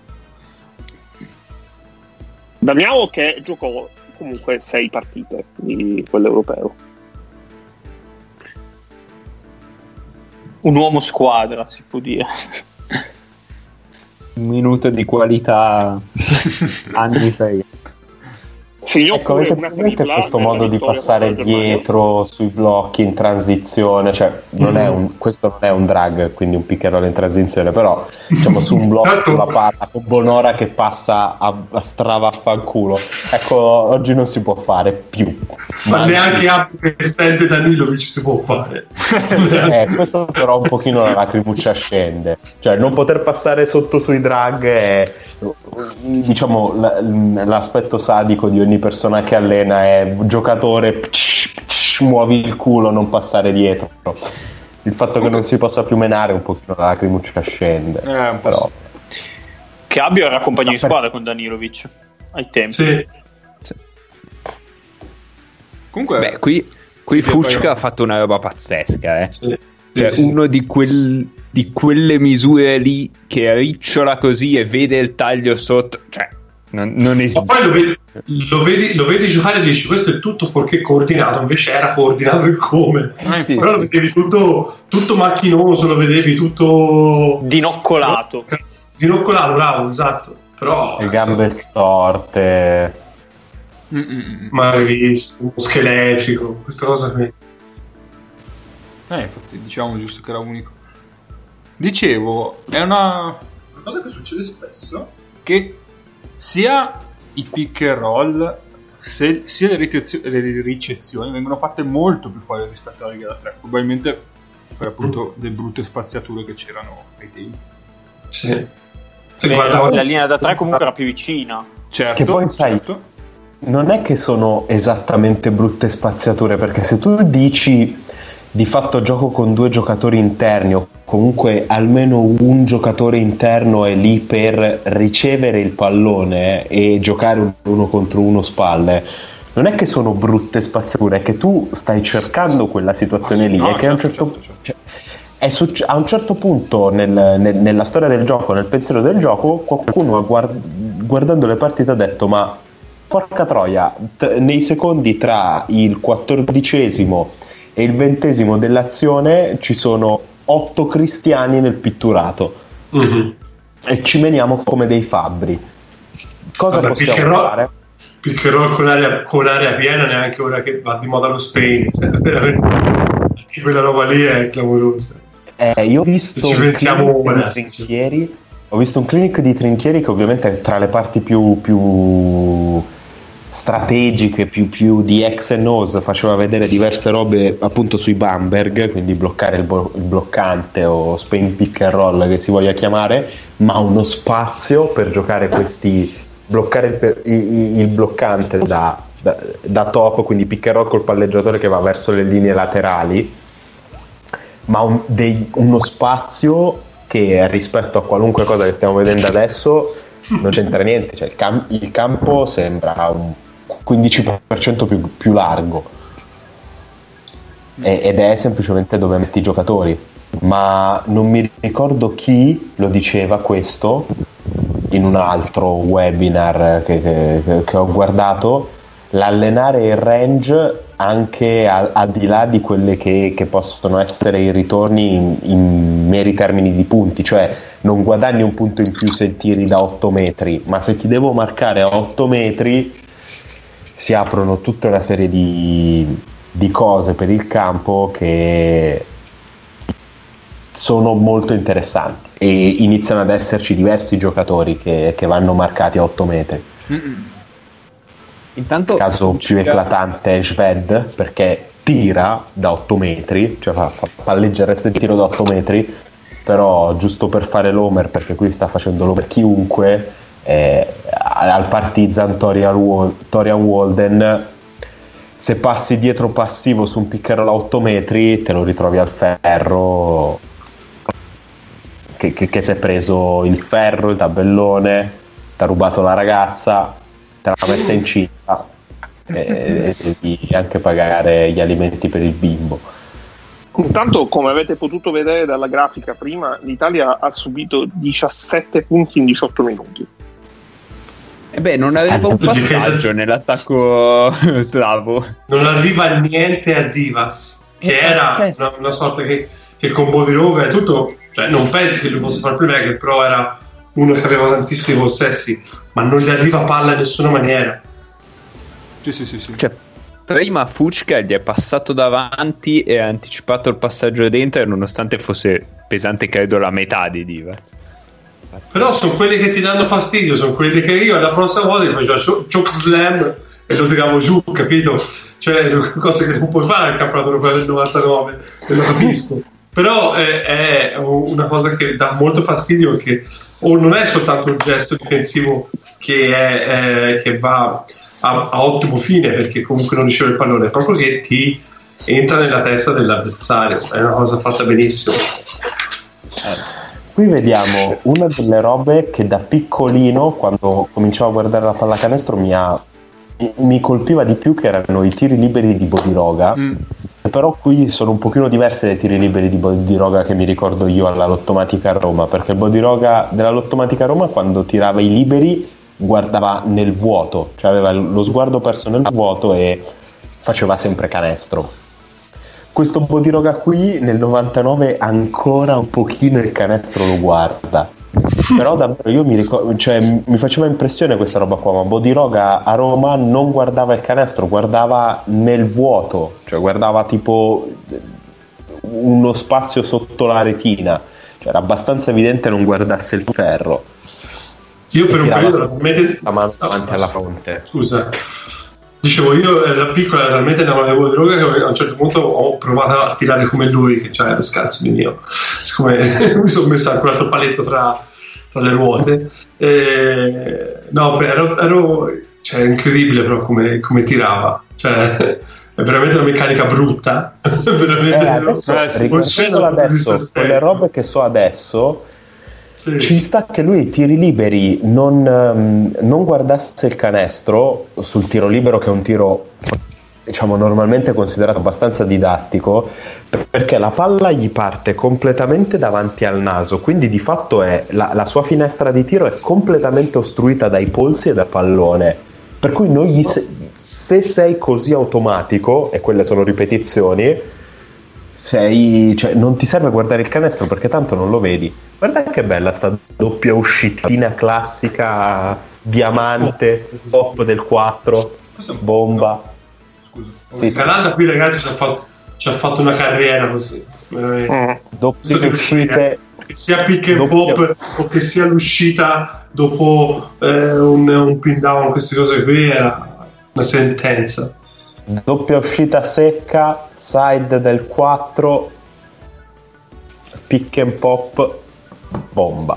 Damiao che giocò comunque 6 partite di quell'europeo. Un uomo squadra, si può dire. Un minuto di qualità anni prima. Ecco, avete presente questo modo di passare dietro sui blocchi in transizione, cioè questo non è un drag, quindi un pick and roll in transizione, però diciamo su un blocco sulla palla con Bonora che passa a stravaffanculo, ecco, oggi non si può fare più, ma neanche che stende Danilovic si può fare. Questo però un pochino la lacrimuccia scende, cioè non poter passare sotto sui drag è, diciamo, l'aspetto sadico di ogni persona che allena è giocatore, muovi il culo, non passare dietro. Il fatto che non si possa più menare un pochino la lacrimuccia scende, però. Che Abio era compagno di squadra con Danilovic ai tempi. Sì. Comunque qui Fucca ha fatto una roba pazzesca, Sì. Cioè, uno di quelle misure lì che ricciola così e vede il taglio sotto, cioè non esiste. Ma poi lo vedi giocare e dici questo è tutto fuorché coordinato, invece era coordinato e come. Sì, però lo vedevi tutto macchinoso, lo vedevi tutto dinoccolato, bravo, esatto. Però le gambe storte, mai visto, scheletrico, questa cosa qui. Infatti diciamo giusto che era unico. Dicevo, è una cosa che succede spesso, che sia i pick and roll sia le ricezioni vengono fatte molto più fuori rispetto alla Liga da 3, probabilmente per appunto le brutte spaziature che c'erano ai tempi. Sì. La linea da 3 comunque era più vicina. Certo, che poi sai, non è che sono esattamente brutte spaziature, perché se tu dici di fatto gioco con 2 giocatori interni o comunque almeno un giocatore interno è lì per ricevere il pallone e giocare 1 contro 1 spalle, non è che sono brutte spaziature, è che tu stai cercando quella situazione lì, e che a un certo punto nella storia del gioco, nel pensiero del gioco, qualcuno guardando le partite ha detto: ma porca troia, nei secondi tra il 14° e il 20° dell'azione ci sono 8 cristiani nel pitturato, e ci meniamo come dei fabbri. Cosa possiamo fare? Pick and roll con area piena, neanche ora che va di moda lo Spain, veramente quella roba lì è clamorosa. Io ho visto un clinic di Trinchieri che ovviamente tra le parti più strategiche, più di X and O's, faceva vedere diverse robe appunto sui Bamberg, quindi bloccare il bloccante o Spain pick and roll che si voglia chiamare, ma uno spazio per giocare bloccare il bloccante da top, quindi pick and roll col palleggiatore che va verso le linee laterali, ma uno spazio che rispetto a qualunque cosa che stiamo vedendo adesso non c'entra niente, cioè il campo sembra un 15% più largo, ed è semplicemente dove metti i giocatori. Ma non mi ricordo chi lo diceva questo in un altro webinar che ho guardato: l'allenare il range anche al di là di quelle che possono essere i ritorni in meri termini di punti, cioè non guadagni un punto in più se tiri da 8 metri, ma se ti devo marcare a 8 metri si aprono tutta una serie di cose per il campo che sono molto interessanti, e iniziano ad esserci diversi giocatori che vanno marcati a 8 metri. Intanto, caso più eclatante è Sved, perché tira da 8 metri, cioè fa palleggiare il tiro da 8 metri, però giusto per fare l'homer, perché qui sta facendo l'homer chiunque, al Partizan Torian Walden, se passi dietro passivo su un pick and roll a 8 metri te lo ritrovi al ferro, che si è preso il ferro, il tabellone, ti ha rubato la ragazza, te l'ha messa incinta, e devi anche pagare gli alimenti per il bimbo. Intanto, come avete potuto vedere dalla grafica prima, l'Italia ha subito 17 punti in 18 minuti. Non aveva un passaggio nell'attacco slavo. Non arriva niente a Divas, che era una sorta che con Bodiroga e tutto, cioè non pensi che lui possa fare playmaker, però era uno che aveva tantissimi possessi, ma non gli arriva palla in nessuna maniera. Sì. Cioè, prima Fuchka gli è passato davanti e ha anticipato il passaggio dentro, nonostante fosse pesante credo la metà di Divas. Però sono quelli che ti danno fastidio, sono quelli che io alla prossima volta gli facevo choke slam e lo tiravo giù, capito? Cioè cose che non puoi fare al campionato europeo del 99, e lo capisco. Però è una cosa che dà molto fastidio, perché non è soltanto un gesto difensivo che va a ottimo fine, perché comunque non riceve il pallone, è proprio che ti entra nella testa dell'avversario, è una cosa fatta benissimo. Qui vediamo una delle robe che da piccolino, quando cominciavo a guardare la pallacanestro, mi colpiva di più, che erano i tiri liberi di Bodiroga, però qui sono un pochino diverse dai tiri liberi di Bodiroga che mi ricordo io alla Lottomatica a Roma, perché Bodiroga della Lottomatica a Roma quando tirava i liberi guardava nel vuoto, cioè aveva lo sguardo perso nel vuoto e faceva sempre canestro. Questo Bodiroga qui nel 99 ancora un pochino il canestro lo guarda, però davvero io mi ricordo, cioè mi faceva impressione questa roba qua, ma Bodiroga a Roma non guardava il canestro, guardava nel vuoto, cioè guardava tipo uno spazio sotto la retina, cioè era abbastanza evidente non guardasse il ferro. Io per un periodo la mano davanti alla fronte. Scusa, dicevo, io da piccola era talmente innamorato di Bodiroga che a un certo punto ho provato a tirare come lui, che cioè ero scarso di mio, siccome mi sono messo anche un altro paletto tra le ruote. No, ero cioè, incredibile però come tirava, cioè è veramente una meccanica brutta. Veramente adesso con le robe che so adesso. Sì. Ci sta che lui tiri liberi non guardasse il canestro sul tiro libero, che è un tiro diciamo normalmente considerato abbastanza didattico, perché la palla gli parte completamente davanti al naso, quindi di fatto è la sua finestra di tiro è completamente ostruita dai polsi e dal pallone, per cui se sei così automatico, e quelle sono ripetizioni, cioè, non ti serve guardare il canestro perché tanto non lo vedi. Guarda che bella sta doppia uscitina classica, diamante, top del 4, bomba. Scusa, Canada qui ragazzi ci ha fatto una carriera così, doppie uscite, che sia pick and pop o che sia l'uscita dopo un pin down, queste cose qui era una sentenza. Doppia uscita secca, side del 4, pick and pop, bomba.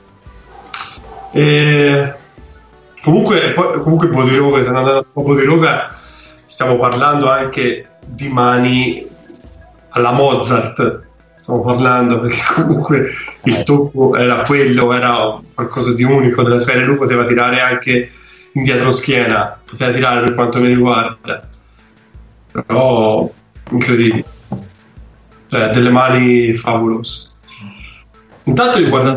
Comunque Bodiroga, stiamo parlando anche di mani alla Mozart, stiamo parlando, perché comunque il tocco era quello, era qualcosa di unico della serie. Lui poteva tirare anche in dietro-schiena, poteva tirare per quanto mi riguarda, però incredibile, cioè delle mani favolose. Intanto io guardo,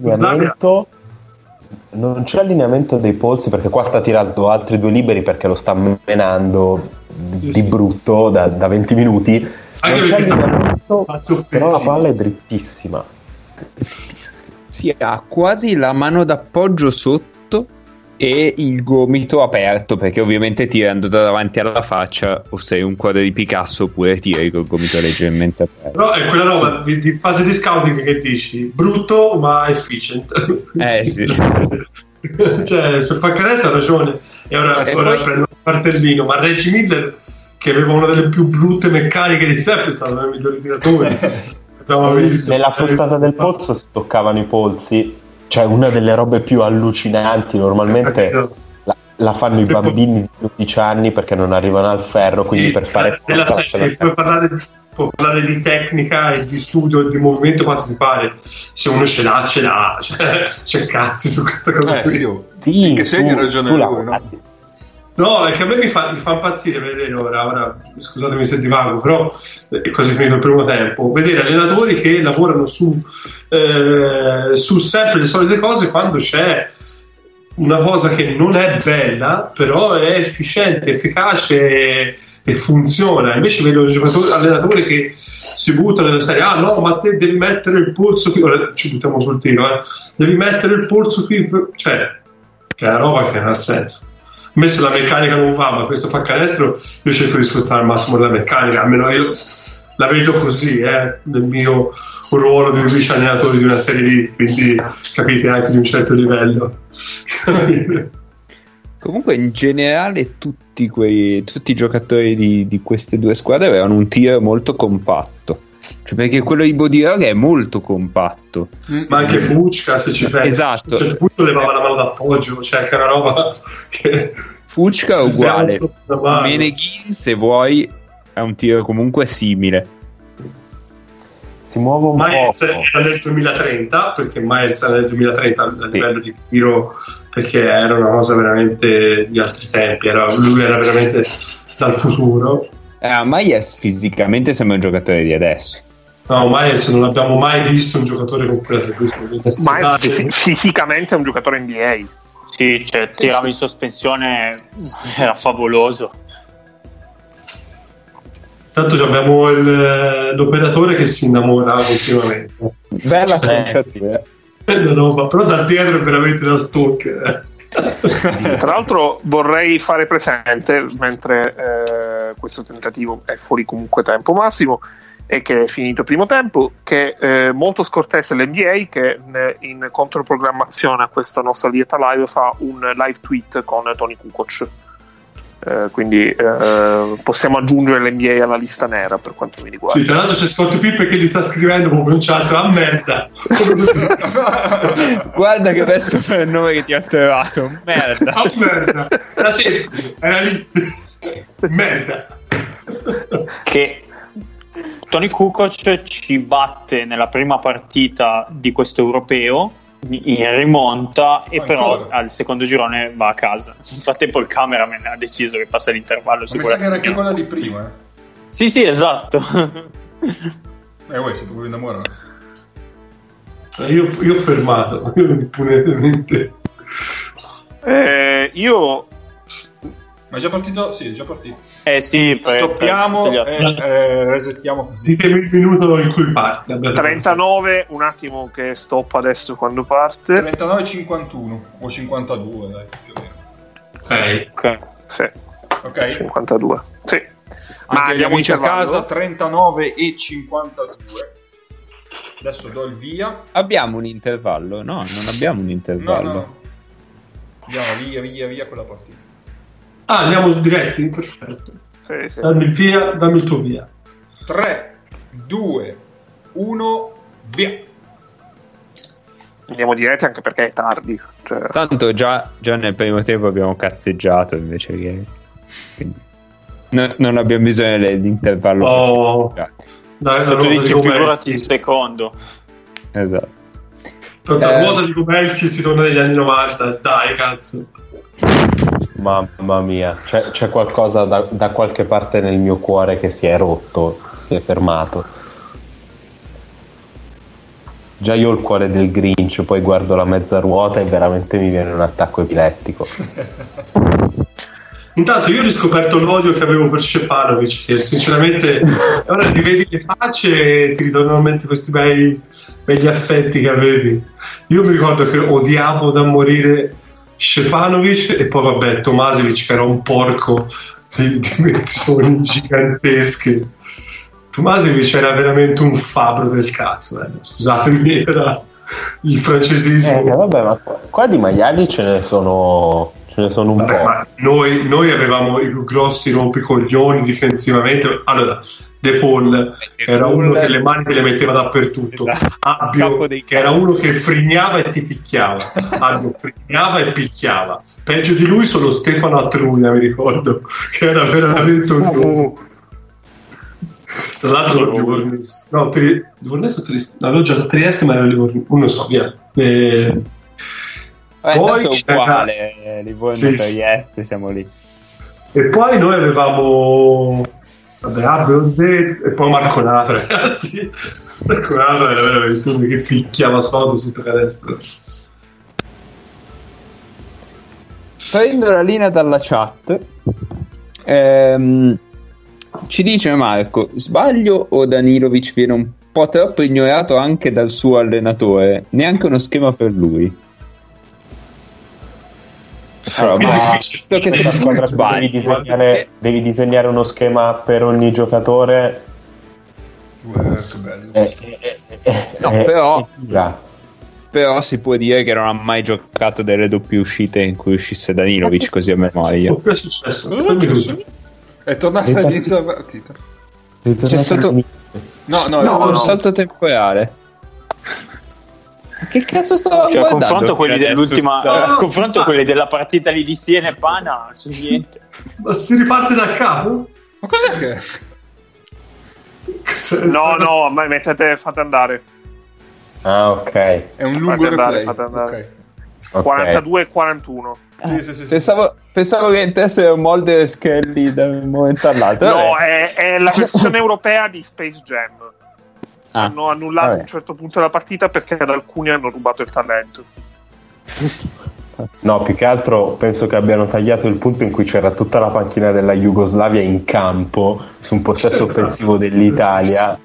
non c'è allineamento dei polsi, perché qua sta tirando altri 2 liberi perché lo sta menando di brutto da 20 minuti, anche non perché c'è allineamento, però la palla è drittissima. Sì, ha quasi la mano d'appoggio sotto e il gomito aperto, perché ovviamente tirando da davanti alla faccia o sei un quadro di Picasso oppure tiri col gomito leggermente aperto. Però è quella roba di fase di scouting che dici brutto ma efficient. Sì. Cioè se fa canestro ha ragione, e ora prendo un cartellino, ma Reggie Miller, che aveva una delle più brutte meccaniche di sempre, è stato uno dei migliori tiratori. Abbiamo visto nella frustata del polso si toccavano i polsi, cioè una delle robe più allucinanti. Normalmente la fanno i bambini di 12 anni perché non arrivano al ferro, quindi per fare puoi parlare di tecnica e di studio e di movimento quanto ti pare, se uno ce l'ha, cioè, c'è cazzi su questa cosa qui. Sì, che segni ragione lui, no? No, è che a me mi fa impazzire vedere ora, scusatemi se divago, però è quasi finito il primo tempo, vedere allenatori che lavorano su sempre le solite cose, quando c'è una cosa che non è bella, però è efficiente, efficace e funziona. Invece vedo allenatori che si buttano nella serie, no, ma te devi mettere il polso qui, ora ci buttiamo sul tiro, devi mettere il polso qui, cioè che è una roba che non ha senso. A me se la meccanica non va, ma questo fa canestro, io cerco di sfruttare al massimo la meccanica, almeno io la vedo così, nel mio ruolo di vice allenatore di una serie D, quindi capite, anche di un certo livello. Comunque in generale tutti i giocatori di queste due squadre avevano un tiro molto compatto, cioè perché quello di Bodiroga è molto compatto, ma anche Fucca, se ci pensi, esatto, a un certo punto levava la mano d'appoggio, cioè che è una roba che Fucca è uguale, Meneghin se vuoi è un tiro comunque simile, si muove un Myers po'. era nel 2030, perché Myers era nel 2030 a livello di tiro, perché era una cosa veramente di altri tempi, lui era veramente dal futuro. Myers fisicamente sembra un giocatore di adesso. No, Myers non abbiamo mai visto un giocatore completo. Myers fisicamente è un giocatore NBA. Sì, cioè, tirava in sospensione, era favoloso. Tanto abbiamo l'operatore che si innamora continuamente. Bella conciatura. Però da dietro è veramente da stalker. Tra l'altro vorrei fare presente, mentre questo tentativo è fuori comunque tempo massimo e che è finito il primo tempo, che molto scortese l'NBA che in controprogrammazione a questa nostra lieta live fa un live tweet con Tony Kukoc. Quindi possiamo aggiungere l'NBA alla lista nera per quanto mi riguarda. Sì, tra l'altro c'è Scott Pippe che gli sta scrivendo come un chat a merda. Guarda che adesso per il nome che ti ha trovato, merda. A merda, era semplice, era lì. Merda. Che Tony Kukoc ci batte nella prima partita di questo europeo in rimonta e però al secondo girone va a casa. Nel frattempo il cameraman ha deciso che passa l'intervallo. Ma mi sa che era anche quella di prima. Sì, esatto. Sei proprio innamorato. Io ho fermato impunemente. Io ma è già partito? Sì, è già partito. Sì, stoppiamo e resettiamo così. Ditemi il minuto in cui parte. 39, un attimo che stoppa adesso quando parte. 39,51 o 52, dai, più o meno. Ok. Sì. Ok. 52. Sì. Ma andiamo in casa 39 e 52. Adesso do il via. Abbiamo un intervallo? No, non abbiamo un intervallo. No. Andiamo via quella partita. Andiamo diretti? Perfetto. Sì. Dammi il via, dammi il tuo via. 3, 2, 1, via. Andiamo diretti anche perché è tardi. Cioè... Tanto già nel primo tempo abbiamo cazzeggiato invece che... Quindi non abbiamo bisogno dell'intervallo. Dai, tu dici figurati il secondo. Esatto. La ruota di Kubelski si torna negli anni 90. Dai, cazzo. Mamma mia, c'è qualcosa da qualche parte nel mio cuore che si è rotto, si è fermato. Già io ho il cuore del Grinch, poi guardo la mezza ruota e veramente mi viene un attacco epilettico. Intanto io ho riscoperto l'odio che avevo per Šćepanović, che sinceramente ora rivedi le facce e ti ritornano in mente questi begli affetti che avevi. Io mi ricordo che odiavo da morire Šćepanović e poi vabbè Tomašević che era un porco di dimensioni gigantesche. Tomašević era veramente un fabbro del cazzo, scusatemi, era il francesismo. Vabbè, ma qua di maiali ce ne sono un po'. Ma noi avevamo i più grossi rompicoglioni difensivamente. Allora, De Paul era uno che le mani te le metteva dappertutto. Esatto. Abbio, che era uno che frignava e ti picchiava. Abbio frignava e picchiava. Peggio di lui solo Stefano Atruglia, mi ricordo, che era veramente odioso. Tra l'altro Livornese. No, Livornese o Trieste? No, avevo già Trieste, ma era Livornese. Non lo so, via. Poi c'era uguale, Livorno e Trieste, siamo lì. E poi noi avevamo Abbio e poi Marco Natra, ragazzi. Marco Natra era veramente uno che picchiava sodo sotto canestro. Prendo la linea dalla chat. Ci dice Marco: sbaglio o Danilovic viene un po' troppo ignorato anche dal suo allenatore? Neanche uno schema per lui. Visto che sei squadra devi disegnare uno schema per ogni giocatore. Però si può dire che non ha mai giocato delle doppie uscite in cui uscisse Danilovic, così a memoria. Che è successo? È tornato all'inizio della partita. C'è stato un salto temporale. Che cazzo stavo guardando? Confronto quelli dell'ultima, confronto quelli della partita lì di Siena e Pana su niente. Ma si riparte da capo? Ma cos'è che? No, ma fate andare. Ah, ok. È un lungo replay. Okay. Okay. 42-41. Sì. Pensavo che entrasse un Mulder Scully da un momento all'altro. No, è la versione europea di Space Jam. Hanno annullato a un certo punto della partita perché ad alcuni hanno rubato il talento. No, più che altro penso che abbiano tagliato il punto in cui c'era tutta la panchina della Jugoslavia in campo su un possesso offensivo dell'Italia.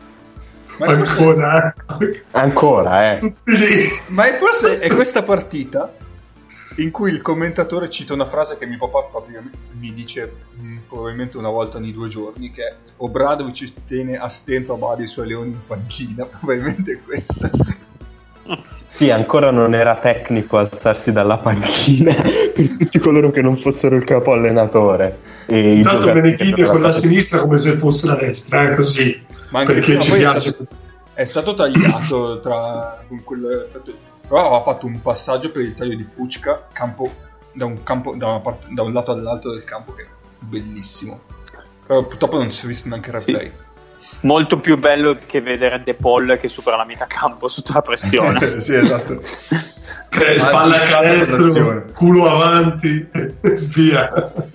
Ancora. Ma forse è questa partita in cui il commentatore cita una frase che mio papà mi dice probabilmente una volta ogni 2 giorni, che è: Obradovic tiene a stento a bada i suoi leoni in panchina. Probabilmente questa. Sì, ancora non era tecnico alzarsi dalla panchina per tutti coloro che non fossero il capo allenatore. Intanto Meneghini con la sinistra come se fosse la destra, così. Ma anche perché ci piace così. È stato tagliato con quel effetto. Però aveva fatto un passaggio per il taglio di Fucca da un lato all'altro del campo, che è bellissimo. Però purtroppo non si è visto neanche il replay. Sì. Molto più bello che vedere De Paul che supera la metà campo sotto la pressione. Sì, esatto. Spalla a canestro, culo avanti, via.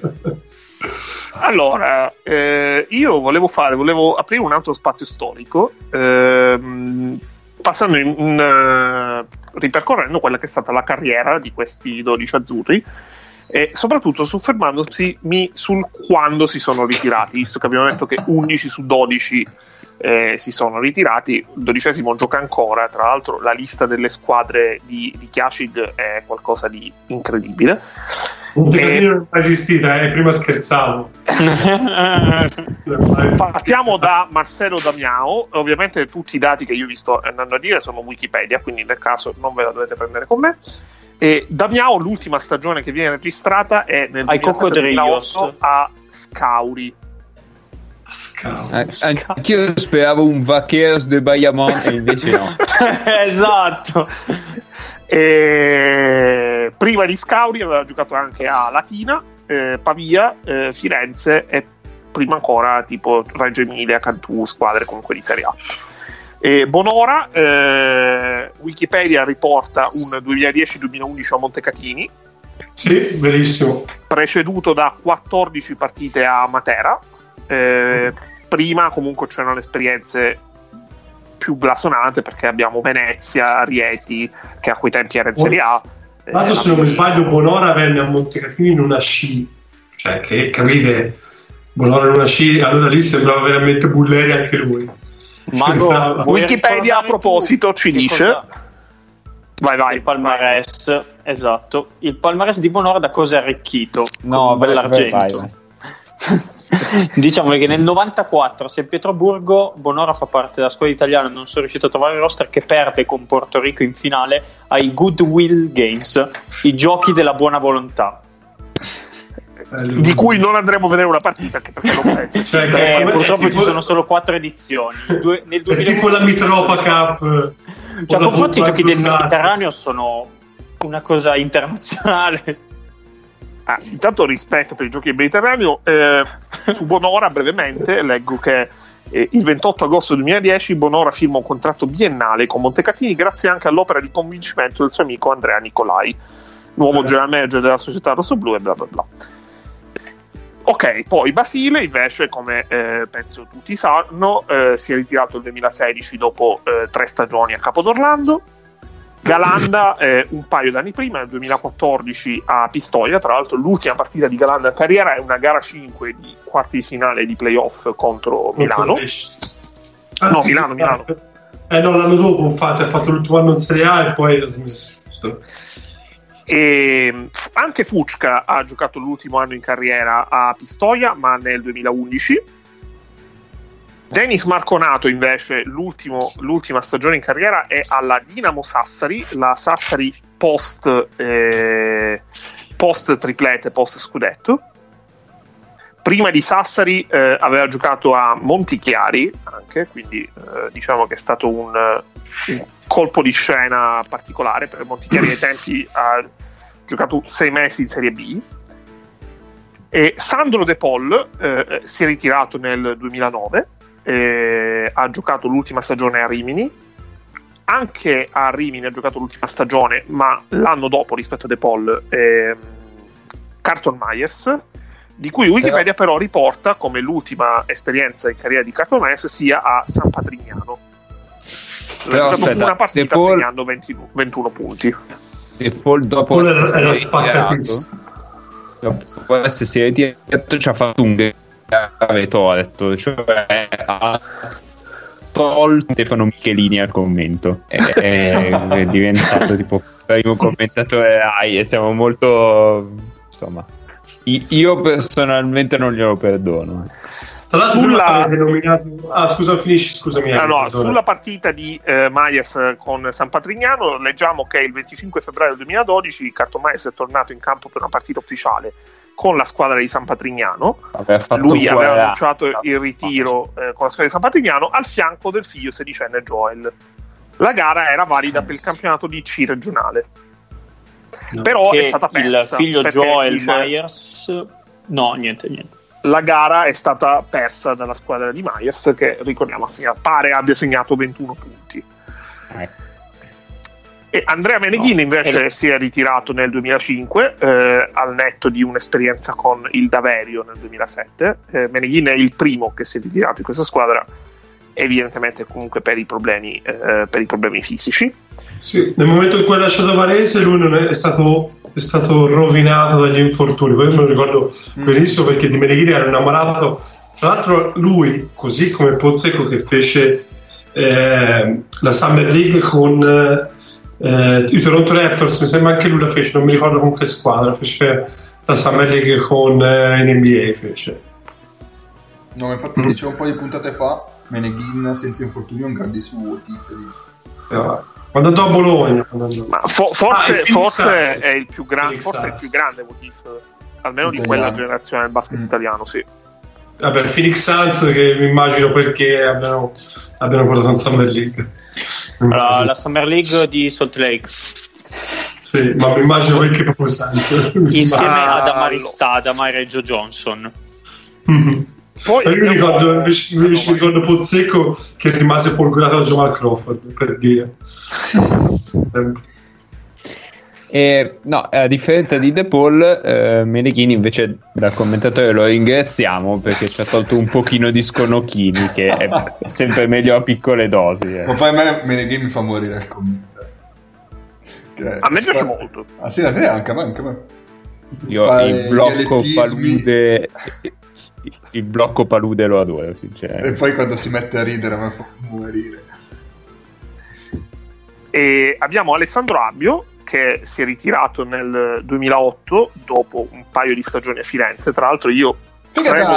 Allora, io volevo aprire un altro spazio storico, passando ripercorrendo quella che è stata la carriera di questi 12 azzurri e soprattutto soffermandosi sul quando si sono ritirati, visto che abbiamo detto che 11 su 12 si sono ritirati, il 12° gioca ancora. Tra l'altro la lista delle squadre di Chiacig è qualcosa di incredibile. Montecatini non è mai esistita, prima scherzavo. Partiamo da Marcelo Damiao. Ovviamente tutti i dati che io vi sto andando a dire sono Wikipedia, quindi nel caso non ve la dovete prendere con me. E Damiao, l'ultima stagione che viene registrata è nel 2007-2008 a Scauri. Anch'io speravo un Vaqueros de Bayamon e invece no. Esatto. E prima di Scauri aveva giocato anche a Latina, Pavia, Firenze e prima ancora tipo Reggio Emilia, Cantù, squadre comunque di Serie A. E Bonora, Wikipedia riporta un 2010-2011 a Montecatini. Sì, benissimo. Preceduto da 14 partite a Matera. Prima comunque c'erano le esperienze più blasonate, perché abbiamo Venezia, Rieti, che a quei tempi era in Serie A. Se non mi sbaglio, Bonora venne a Montecatini in una sci, cioè che capite, Bonora in una sci, allora lì sembrava veramente Bulleri anche lui. Wikipedia a proposito ci dice vai il palmarès, esatto, il palmarès di Bonora da cosa è arricchito? No, bell'argento. Diciamo che nel 94 a San Pietroburgo Bonora fa parte della squadra italiana, non sono riuscito a trovare il roster, che perde con Porto Rico in finale ai Goodwill Games, i giochi della buona volontà, di cui non andremo a vedere una partita, anche perché non penso. Cioè, purtroppo ci sono solo 4 edizioni. Nel 2000... È tipo la Mitropa Cup. Cioè, confronti i giochi del Mediterraneo sono una cosa internazionale. Intanto rispetto per i giochi del Mediterraneo, su Bonora brevemente leggo che il 28 agosto 2010 Bonora firma un contratto biennale con Montecatini grazie anche all'opera di convincimento del suo amico Andrea Nicolai, nuovo general manager della società rossoblù e bla bla bla. Ok, poi Basile invece, come penso tutti sanno, si è ritirato nel 2016 dopo 3 stagioni a Capodorlando. Galanda un paio d'anni prima, nel 2014 a Pistoia. Tra l'altro l'ultima partita di Galanda in carriera è una gara 5 di quarti di finale di playoff contro Milano. No, Milano. No, l'anno dopo infatti ha fatto l'ultimo anno in Serie A e poi ha smesso. E anche Fucca ha giocato l'ultimo anno in carriera a Pistoia, ma nel 2011. Denis Marconato invece l'ultima stagione in carriera è alla Dinamo Sassari, la Sassari post triplete, post scudetto. Prima di Sassari aveva giocato a Montichiari anche, quindi diciamo che è stato un colpo di scena particolare per Montichiari. Ai tempi ha giocato 6 mesi in Serie B. E Sandro De Paul si è ritirato nel 2009, ha giocato l'ultima stagione a Rimini anche a Rimini ha giocato l'ultima stagione, ma l'anno dopo rispetto a De Paul, Carlton Myers, di cui Wikipedia però riporta come l'ultima esperienza in carriera di Carlton Myers sia a San Patrignano. Però aspetta, una partita De Paul, segnando 21 punti. De Paul dopo era essersi ritirato ci ha fatto un grave torto, cioè ha tolto Stefano Michelini al commento, è diventato tipo primo commentatore Rai, e siamo molto, insomma, io personalmente non glielo perdono. Tra l'altro scusami. Sulla partita di Myers con San Patrignano leggiamo che il 25 febbraio 2012 Carlton Myers è tornato in campo per una partita ufficiale con la squadra di San Patrignano. Lui aveva annunciato il ritiro con la squadra di San Patrignano al fianco del figlio sedicenne Joel. La gara era valida per il campionato di C regionale, però è stata persa. Il figlio Joel Myers niente. La gara è stata persa dalla squadra di Myers, che ricordiamo pare abbia segnato 21 punti. E Andrea Meneghini invece si è ritirato nel 2005 al netto di un'esperienza con il Daverio nel 2007. Meneghini è il primo che si è ritirato in questa squadra, evidentemente comunque per i problemi fisici. Sì, nel momento in cui ha lasciato Varese lui non è stato rovinato dagli infortuni. Poi me lo ricordo benissimo, perché di Meneghini era innamorato. Tra l'altro lui, così come Pozzecco, che fece la Summer League con i Toronto Raptors, mi sembra anche lui la fece, non mi ricordo con che squadra fece la Summer League con in NBA fece. No, infatti dicevo un po' di puntate fa, Meneghini senza infortunio è un grandissimo vuotino. Quando andò a Bologna, ma forse è il più grande Woodif, almeno di quella generazione del basket italiano, sì. Vabbè, Phoenix Suns, che mi immagino perché abbiano portato in Summer League. La Summer League di Salt Lake. Sì, ma mi immagino perché proprio Suns. Insieme ad Amari Reggio Johnson. Mm-hmm. Poi io ricordo Pozzecco che rimase folgorato da Jamal Crawford, per dire. A differenza di De Paul, Meneghini invece dal commentatore lo ringraziamo perché ci ha tolto un pochino di sconocchini, che è sempre meglio a piccole dosi. Ma poi a me Meneghini mi fa morire il commento. A me piace molto. Ah sì, anche a me. Io il blocco palude lo adoro, sinceramente. E poi quando si mette a ridere a me fa morire. E abbiamo Alessandro Abbio, che si è ritirato nel 2008 dopo un paio di stagioni a Firenze. Tra l'altro io credo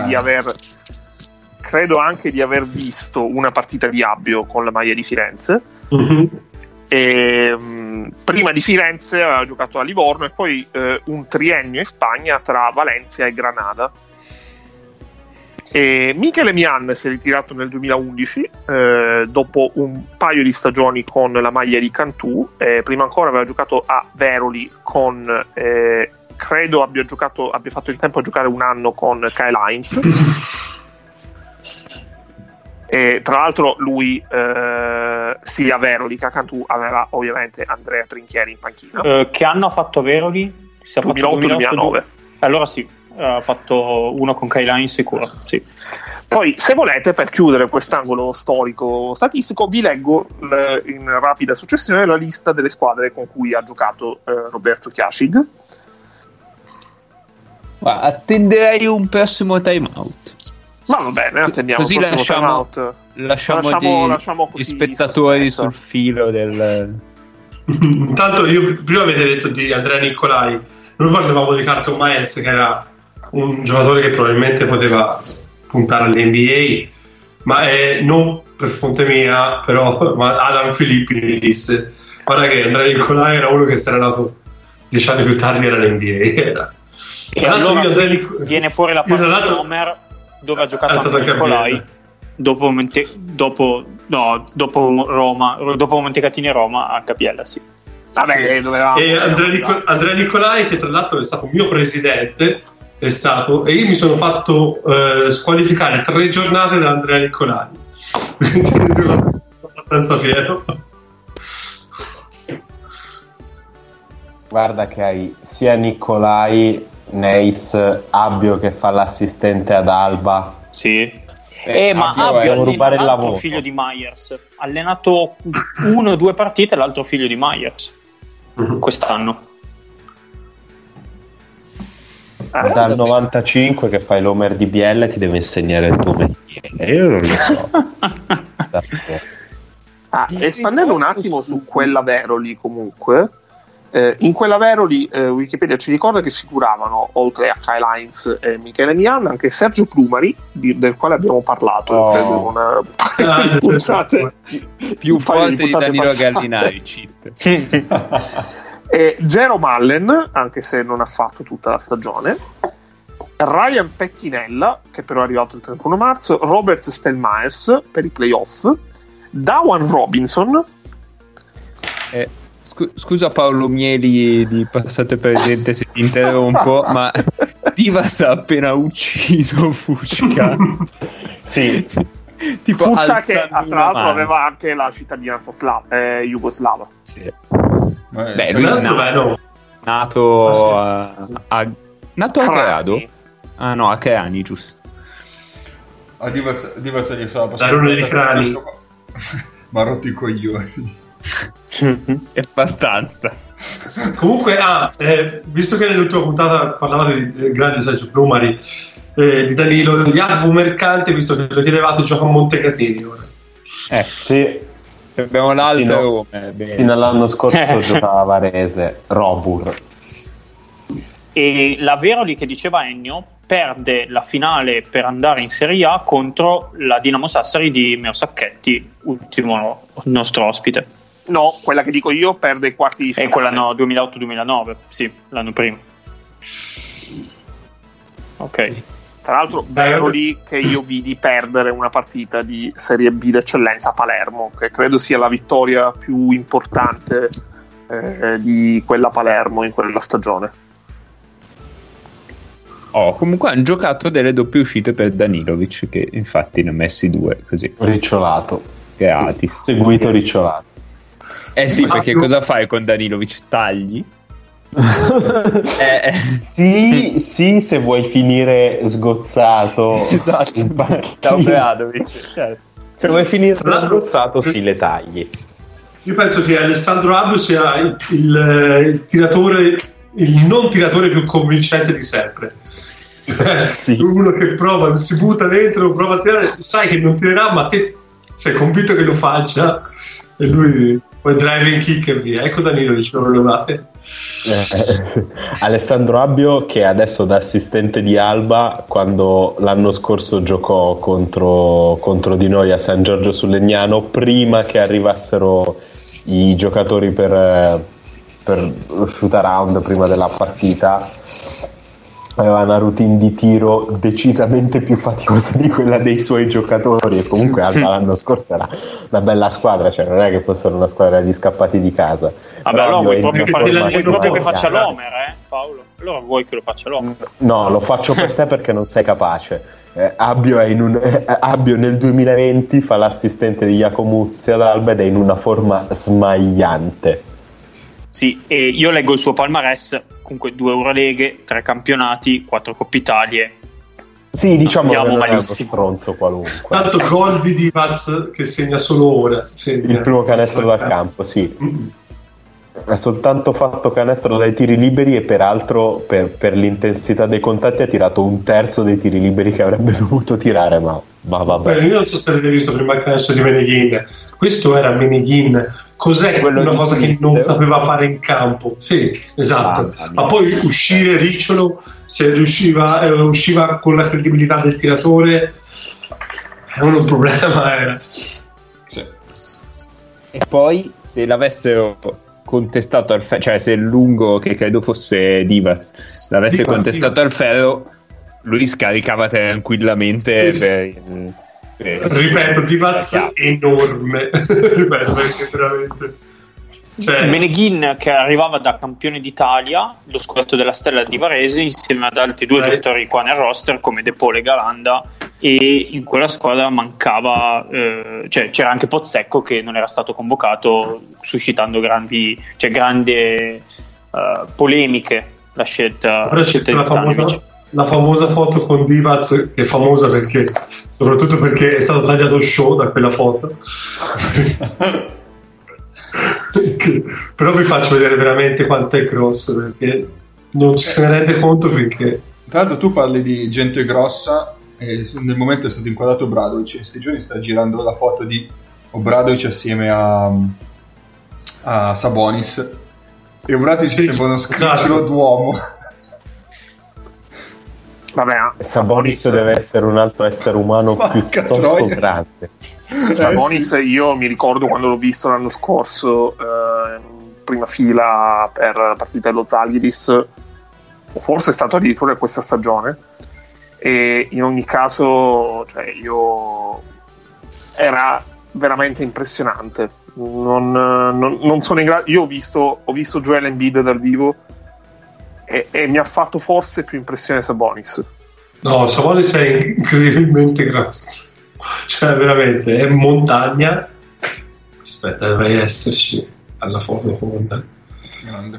anche di aver visto una partita di Abbio con la maglia di Firenze. Mm-hmm. E, prima di Firenze aveva giocato a Livorno e poi un triennio in Spagna tra Valencia e Granada. E Michele Mian si è ritirato nel 2011 dopo un paio di stagioni con la maglia di Cantù. Prima ancora aveva giocato a Veroli con credo abbia fatto il tempo a giocare un anno con Kyle Hines. E tra l'altro lui sia a Veroli che a Cantù aveva ovviamente Andrea Trinchieri in panchina. Che anno ha fatto Veroli? 2008-2009. Allora sì, ha fatto uno con Kyle sicuro, sì. Poi se volete, per chiudere quest'angolo storico statistico, vi leggo in rapida successione la lista delle squadre con cui ha giocato Roberto Chiascig. Attenderei un prossimo time out. Ma va bene, attendiamo. Così lasciamo gli spettatori sul filo del... Intanto io prima avete detto di Andrea Nicolai, noi parlavamo di Carlton Myers, che era un giocatore che probabilmente poteva puntare all'NBA, ma non per fonte mia, però Adam Filippi mi disse: guarda che Andrea Nicolai era uno che si era nato 10 anni più tardi, era l'NBA. E allora viene fuori la parte di Homer, dove ha giocato anche Nicolai dopo Montecatini e Roma a Capiella, sì. Vabbè, e Andrea Nicolai, che tra l'altro è stato mio presidente, e io mi sono fatto squalificare 3 giornate da Andrea Nicolai. Quindi sono abbastanza fiero. Guarda che hai sia Nicolai, Neis, Abbio che fa l'assistente ad Alba. Sì. Ma Abbio rubare il l'altro lavoro. figlio di Myers. Ha allenato 1 o 2 partite l'altro figlio di Myers quest'anno. Dal 95 che fai l'Homer di Biella ti deve insegnare il tuo mestiere. Io non lo so. Espandendo un attimo su quella Veroli, comunque, in quella Veroli Wikipedia ci ricorda che figuravano, oltre a Kyle Hines e Michele Mian, anche Sergio Plumari, del quale abbiamo parlato credo, una puntate più forte di Danilo passate. Gallinari, cheat. E Jerome Allen, anche se non ha fatto tutta la stagione, Ryan Pettinella, che però è arrivato il 31 marzo, Robert Stelmaiers per i playoff, Dawan Robinson. Scusa Paolo Mieli di Passate Presente se ti interrompo, ma Divac ha appena ucciso Fucca. Sì. Tipo Fucca che tra l'altro aveva anche la cittadinanza jugoslava. Sì. Beh, lui è nato a Grado. Ah no, a Crani, giusto. A Divac gli stava passando di crani. Ma ha rotto i coglioni. Abbastanza. Comunque, visto che nell'ultima puntata parlavate del grande Sergio Plumari, di Danilo, di Albo Mercante, visto che lo chiedevate, gioca a Montecatini ora. Sì. Abbiamo l'altro fino all'anno scorso giocava a Varese, Robur. E la Veroli, che diceva Ennio, perde la finale per andare in Serie A contro la Dinamo Sassari di Meo Sacchetti, ultimo nostro ospite. No, quella che dico io perde i quarti di finale. E quella no, 2008-2009, sì, l'anno prima. Ok. Tra l'altro Veroli che io vidi perdere una partita di Serie B d'eccellenza a Palermo, che credo sia la vittoria più importante di quella Palermo in quella stagione. Comunque hanno giocato delle doppie uscite per Danilovic, che infatti ne ha messi 2 così. Ricciolato. Gratis. Seguito Ricciolato. Sì, perché cosa fai con Danilovic? Tagli? Sì, se vuoi finire sgozzato. Esatto. Certo. Se vuoi finire sgozzato, sì, le tagli. Io penso che Alessandro Abbio sia il tiratore, il non tiratore più convincente di sempre. Sì. Uno che prova, si butta dentro, prova a tirare, sai che non tirerà, ma te sei convinto che lo faccia, e lui poi driving kick e via. Ecco Danilo, dicevo, lo fate. Alessandro Abbio, che adesso da assistente di Alba, quando l'anno scorso giocò contro di noi a San Giorgio sul Legnano, prima che arrivassero i giocatori per lo shoot around prima della partita, aveva una routine di tiro decisamente più faticosa di quella dei suoi giocatori, e comunque Alba l'anno scorso era una bella squadra, cioè non è che fossero una squadra di scappati di casa. Vabbè, allora vuoi proprio che faccia l'Homer, Paolo? Allora vuoi che lo faccia l'Homer? No, lo faccio per te perché non sei capace. Abbio nel 2020 fa l'assistente di Iacomuzzi ad Alba ed è in una forma smagliante. Sì, e io leggo il suo palmarès, comunque 2 Euroleghe, 3 campionati, 4 Coppe Italie. Sì, diciamo che non malissimo. È uno stronzo qualunque. Tanto gol di Divac che segna solo ora. Il primo canestro dal campo, sì. Ha soltanto fatto canestro dai tiri liberi, e peraltro per l'intensità dei contatti ha tirato 1/3 dei tiri liberi che avrebbe dovuto tirare, ma vabbè. Io non so se avete visto prima il canestro di Meneghin. Questo era Meneghin. Cos'è quello? Una cosa che non sapeva fare in campo. Sì, esatto. Ma poi uscire Ricciolo, se usciva con la credibilità del tiratore, è un problema era. Sì. E poi se l'avessero contestato al ferro, cioè se il lungo, che credo fosse Divac, l'avesse contestato al ferro, lui scaricava tranquillamente. Sì. Ripeto, Divac enorme. Ripeto, perché veramente Meneghin, che arrivava da campione d'Italia, lo scudetto della Stella di Varese, insieme ad altri 2 giocatori qua nel roster come De Paul e Galanda, e in quella squadra mancava c'era anche Pozzecco, che non era stato convocato, suscitando grande polemiche la scelta di la famosa foto con Divac, che è famosa perché soprattutto perché è stato tagliato show da quella foto. Però vi faccio vedere veramente quanto è grosso, perché non ci se ne rende conto finché. Tra l'altro tu parli di gente grossa e nel momento è stato inquadrato Obradovic, in questi giorni sta girando la foto di Obradovic assieme a Sabonis e Obradovic sembra uno scricciolo d'uomo. Vabbè, Sabonis deve essere un altro essere umano piuttosto grande. Sabonis, io mi ricordo quando l'ho visto l'anno scorso in prima fila per la partita dello Zalgiris, o forse è stato addirittura questa stagione, e in ogni caso era veramente impressionante. Non sono in grado. Io ho visto Joel Embiid dal vivo e mi ha fatto forse più impressione Sabonis. No, Sabonis è incredibilmente grasso, cioè veramente è montagna. Aspetta, dovrei esserci alla foto con grande.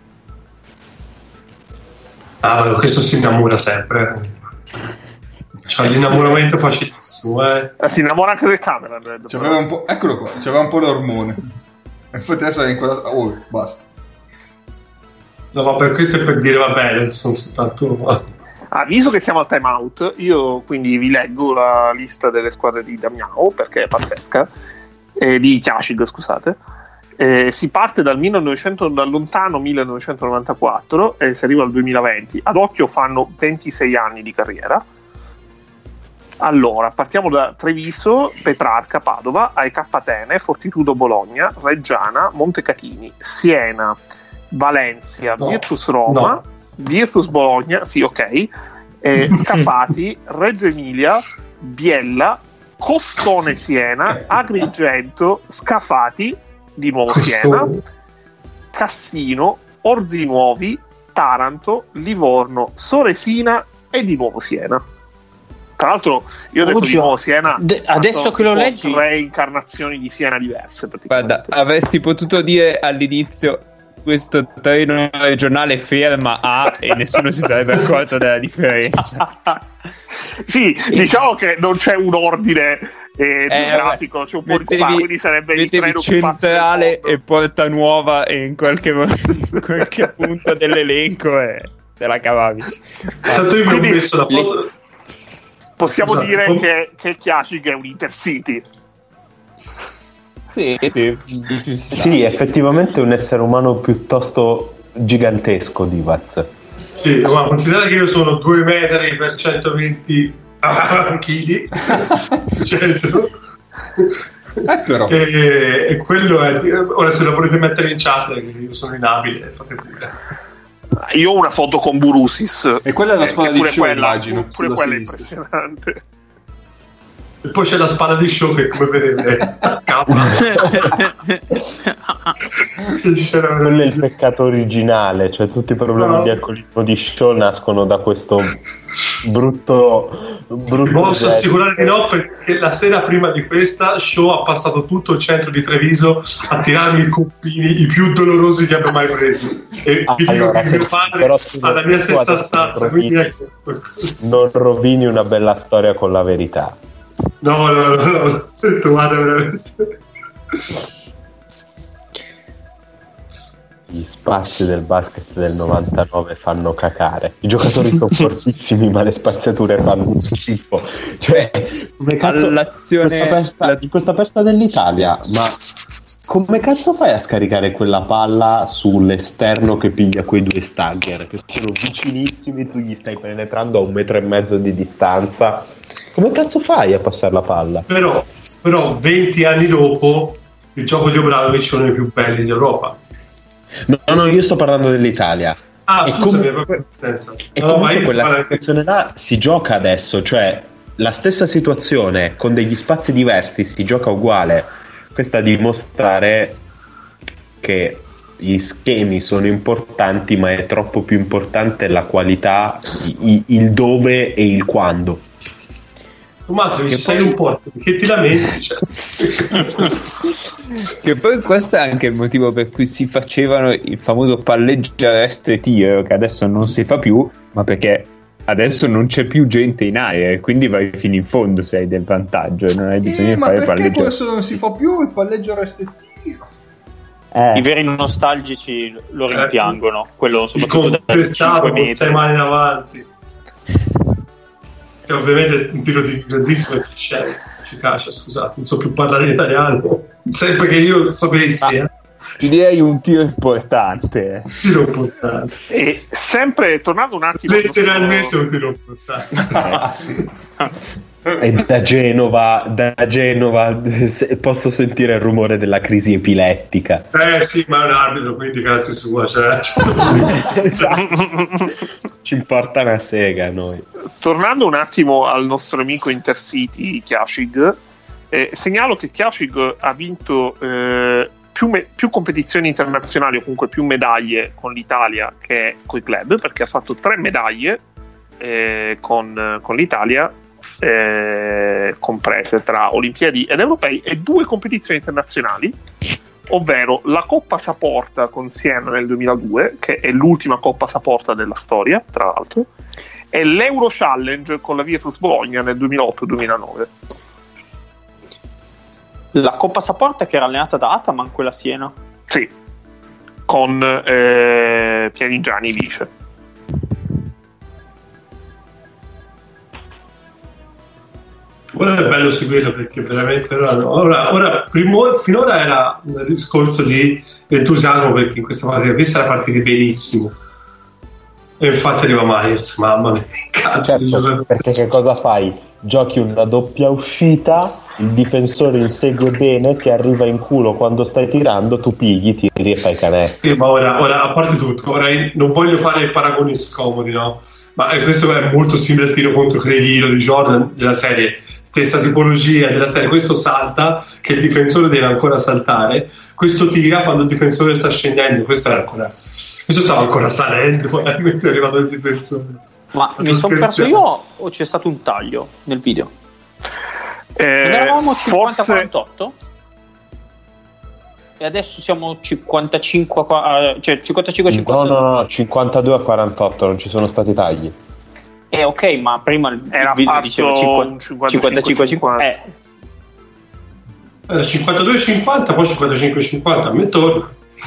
Questo si innamora sempre, cioè l'innamoramento facilissimo, si innamora anche del camera. Eccolo qua, c'aveva un po' l'ormone e poi adesso è inquadrato. Basta. No, ma per questo è per dire va bene, sono soltanto. Visto che siamo al time out, io quindi vi leggo la lista delle squadre di Damiao, perché è pazzesca, di Khachig, scusate. Si parte dal lontano 1994 e si arriva al 2020. Ad occhio fanno 26 anni di carriera. Allora, partiamo da Treviso, Petrarca, Padova, AEK Atene, Fortitudo Bologna, Reggiana, Montecatini, Siena, Valencia, Virtus Roma, Virtus Bologna, sì, ok, Scafati, Reggio Emilia, Biella, Costone Siena, Agrigento, Scafati, di nuovo Siena, Cassino, Orzi Nuovi, Taranto, Livorno, Soresina e di nuovo Siena. Tra l'altro io ho detto di nuovo Siena, adesso che lo leggi, 3 incarnazioni di Siena diverse praticamente. Guarda, avresti potuto dire all'inizio questo treno regionale ferma a e nessuno si sarebbe accorto della differenza. Sì, diciamo che non c'è un ordine geografico, c'è un po' di spazio, quindi sarebbe il treno centrale e Porta Nuova e in qualche punto dell'elenco e te la cavavi. Tanto io mi ho messo la foto. Possiamo dire che Khachig è un Intercity. Sì, effettivamente è un essere umano piuttosto gigantesco, Divac. Sì, ma considera che io sono 2 metri per 120 chili. 100. Però. E quello è. Ora, se lo volete mettere in chat, io sono inabile, fate pure. Io ho una foto con Burusis. E quella è la spada di show, immagino. Pure quella è impressionante. E poi c'è la spada di show che, come vedete, quello è il peccato originale, cioè tutti i problemi di alcolismo di show nascono da questo brutto posso assicurare di no, perché la sera prima di questa show ha passato tutto il centro di Treviso a tirarmi i coppini i più dolorosi che abbia mai preso, e vi dico che mio padre ha la mia stessa stanza, quindi ecco. Non rovini una bella storia con la verità. No, trovate veramente. Gli spazi del basket del 99 fanno cacare. I giocatori sono fortissimi, ma le spaziature fanno schifo. Cioè, come cazzo in questa persa dell'Italia, ma come cazzo fai a scaricare quella palla sull'esterno che piglia quei 2 stagger che sono vicinissimi, tu gli stai penetrando a 1,5 metri di distanza? Come cazzo fai a passare la palla? Però 20 anni dopo il gioco di Obradovic è uno dei più belli d'Europa. No, io sto parlando dell'Italia. Comunque quella situazione là si gioca adesso, cioè la stessa situazione con degli spazi diversi si gioca uguale. Questo a dimostrare che gli schemi sono importanti, ma è troppo più importante la qualità, il dove e il quando. Tommaso, sei un po' che ti lamenti, cioè. Che poi questo è anche il motivo per cui si facevano il famoso palleggiare tiro, che adesso non si fa più, ma perché adesso non c'è più gente in aria e quindi vai fino in fondo se hai del vantaggio e non hai bisogno di fare palleggio. Ma perché questo non si fa più il palleggio tiro? I veri nostalgici lo rimpiangono, quello soprattutto da 5 metri. 6 mani in avanti. Che ovviamente è un tiro di grandissima efficienza, scusate, non so più parlare in italiano, sempre che io sapessi. Direi un tiro importante. E sempre tornando un attimo, letteralmente un tiro importante. E da Genova posso sentire il rumore della crisi epilettica. Sì, ma è un arbitro, quindi cazzo sua, cioè. Ci importa una sega a noi. Tornando un attimo al nostro amico Intercity Khashig, segnalo che Khashig ha vinto più competizioni internazionali, o comunque più medaglie con l'Italia che con i club, perché ha fatto 3 medaglie con l'Italia, comprese tra Olimpiadi ed Europei, e 2 competizioni internazionali, ovvero la Coppa Saporta con Siena nel 2002, che è l'ultima Coppa Saporta della storia, tra l'altro, e l'Euro Challenge con la Virtus Bologna nel 2008-2009. La Coppa Saporta che era allenata da Ataman, quella Siena? Sì, con Pianigiani vice. Ora è bello seguirlo perché veramente ora finora era un discorso di entusiasmo, perché in questa fase qui era partita benissimo e infatti arriva Myers, mamma mia, cazzo. Certo, perché che cosa fai? Giochi una doppia uscita, il difensore insegue bene, ti arriva in culo quando stai tirando, tu pigli, tiri e fai canestro. Sì, ma ora a parte tutto, ora non voglio fare paragoni scomodi, no? Ma questo è molto simile al tiro contro Crevilo di Jordan della serie, stessa tipologia della serie. Questo salta, che il difensore deve ancora saltare, questo tira quando il difensore sta scendendo, questo stava ancora salendo mentre è arrivato il difensore. Ma mi sono perso io o c'è stato un taglio nel video? Non eravamo 50-48? E adesso siamo 55, cioè 55-50. No, 52-48, non ci sono stati tagli. Ok, ma prima era il video diceva 55-50. Era 52-50, poi 55-50, a me torna.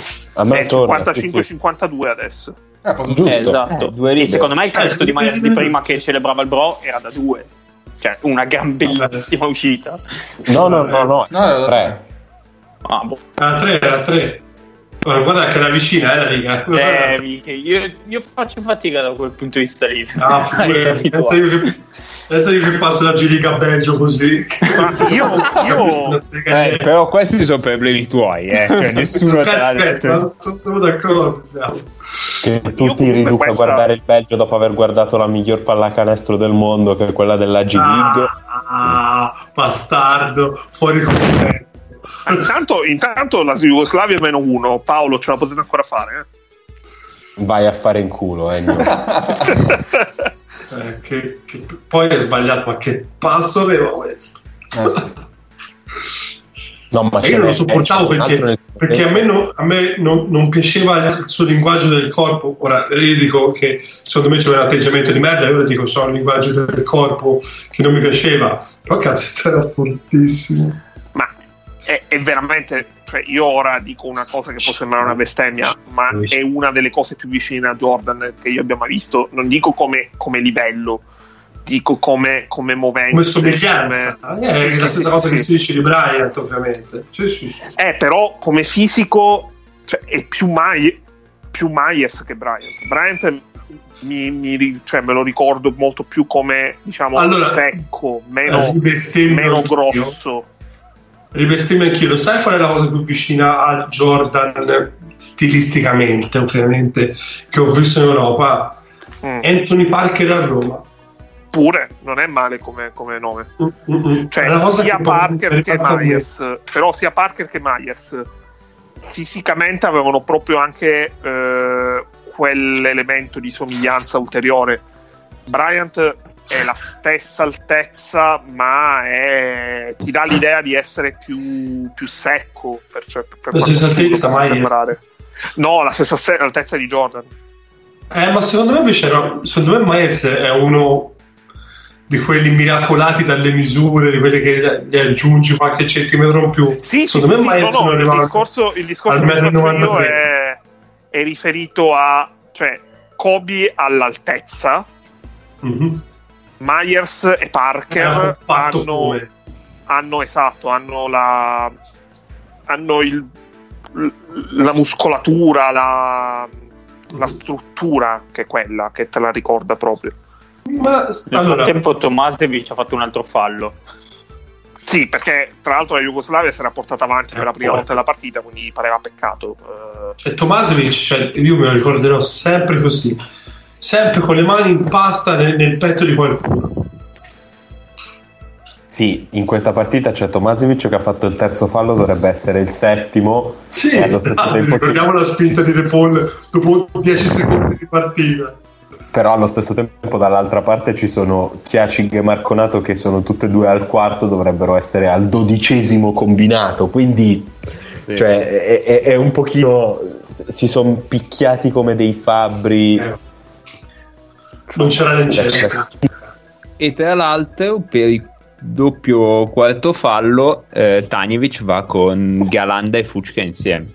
55-52 adesso. Esatto. E secondo me il calcio di Myers di prima che celebrava il bro era da 2. Cioè una gran bellissima uscita. No, 3. Era 3. Guarda che era vicina, la riga. Io faccio fatica da quel punto di vista lì. Pensa io che passo la G-Liga a Belgio così. Però questi sono problemi tuoi, cioè nessuno te l'ha detto. Sono d'accordo, che tu ti riduca a guardare il Belgio dopo aver guardato la miglior pallacanestro del mondo, che è quella della G-League. Bastardo, fuori con Intanto la Jugoslavia -1, Paolo, ce la potete ancora fare? Vai a fare in culo, che poi è sbagliato, ma che passo aveva questo? No, ma io non lo sopportavo perché a me non piaceva il suo linguaggio del corpo. Ora io dico che secondo me c'era un atteggiamento di merda, io dico c'è un linguaggio del corpo che non mi piaceva, però cazzo era fortissimo. Ma è veramente, cioè io ora dico una cosa che può sembrare una bestemmia, ma è una delle cose più vicine a Jordan che io abbia mai visto. Non dico come livello, dico come movenza, come somiglianza. È la stessa cosa che si dice di Bryant, ovviamente. Sì. Però come fisico, cioè, è più Myers che Bryant. Bryant me lo ricordo molto più come, diciamo, secco, meno grosso. Ribestimmo anch'io. Lo sai qual è la cosa più vicina a Jordan stilisticamente, ovviamente, che ho visto in Europa? Anthony Parker a Roma. Pure non è male come nome. Cioè sia Parker che Myers, però sia Parker che Myers fisicamente avevano proprio anche quell'elemento di somiglianza ulteriore. Bryant è la stessa altezza, ma ti dà l'idea di essere più secco per la stessa altezza, sembrare. No, la stessa altezza di Jordan. Ma secondo me invece secondo me Myers è uno di quelli miracolati dalle misure, di quelli che gli aggiungi qualche centimetro in più. Secondo me Myers non arriva. Il discorso che faccio io è riferito a, cioè, Kobe all'altezza. Mm-hmm. Myers e Parker hanno la muscolatura, la struttura che è quella che te la ricorda proprio. Ma nel frattempo Tomasevic ha fatto un altro fallo. Sì, perché tra l'altro la Jugoslavia si era portata avanti per la prima volta della partita, quindi pareva peccato. Tomasevic, io me lo ricorderò sempre così, sempre con le mani in pasta nel petto di qualcuno. Sì, in questa partita c'è Tomasevic che ha fatto il terzo fallo, dovrebbe essere il settimo. Sì, ricordiamo la spinta di De Paul dopo 10 secondi di partita. Però allo stesso tempo dall'altra parte ci sono Chiacig e Marconato che sono tutte e due al quarto, dovrebbero essere al 12° combinato, quindi sì. Cioè, è un pochino, si sono picchiati come dei fabbri. Non c'era l'encetta. E tra l'altro per il doppio quarto fallo Tanjevic va con Galanda e Fucca insieme.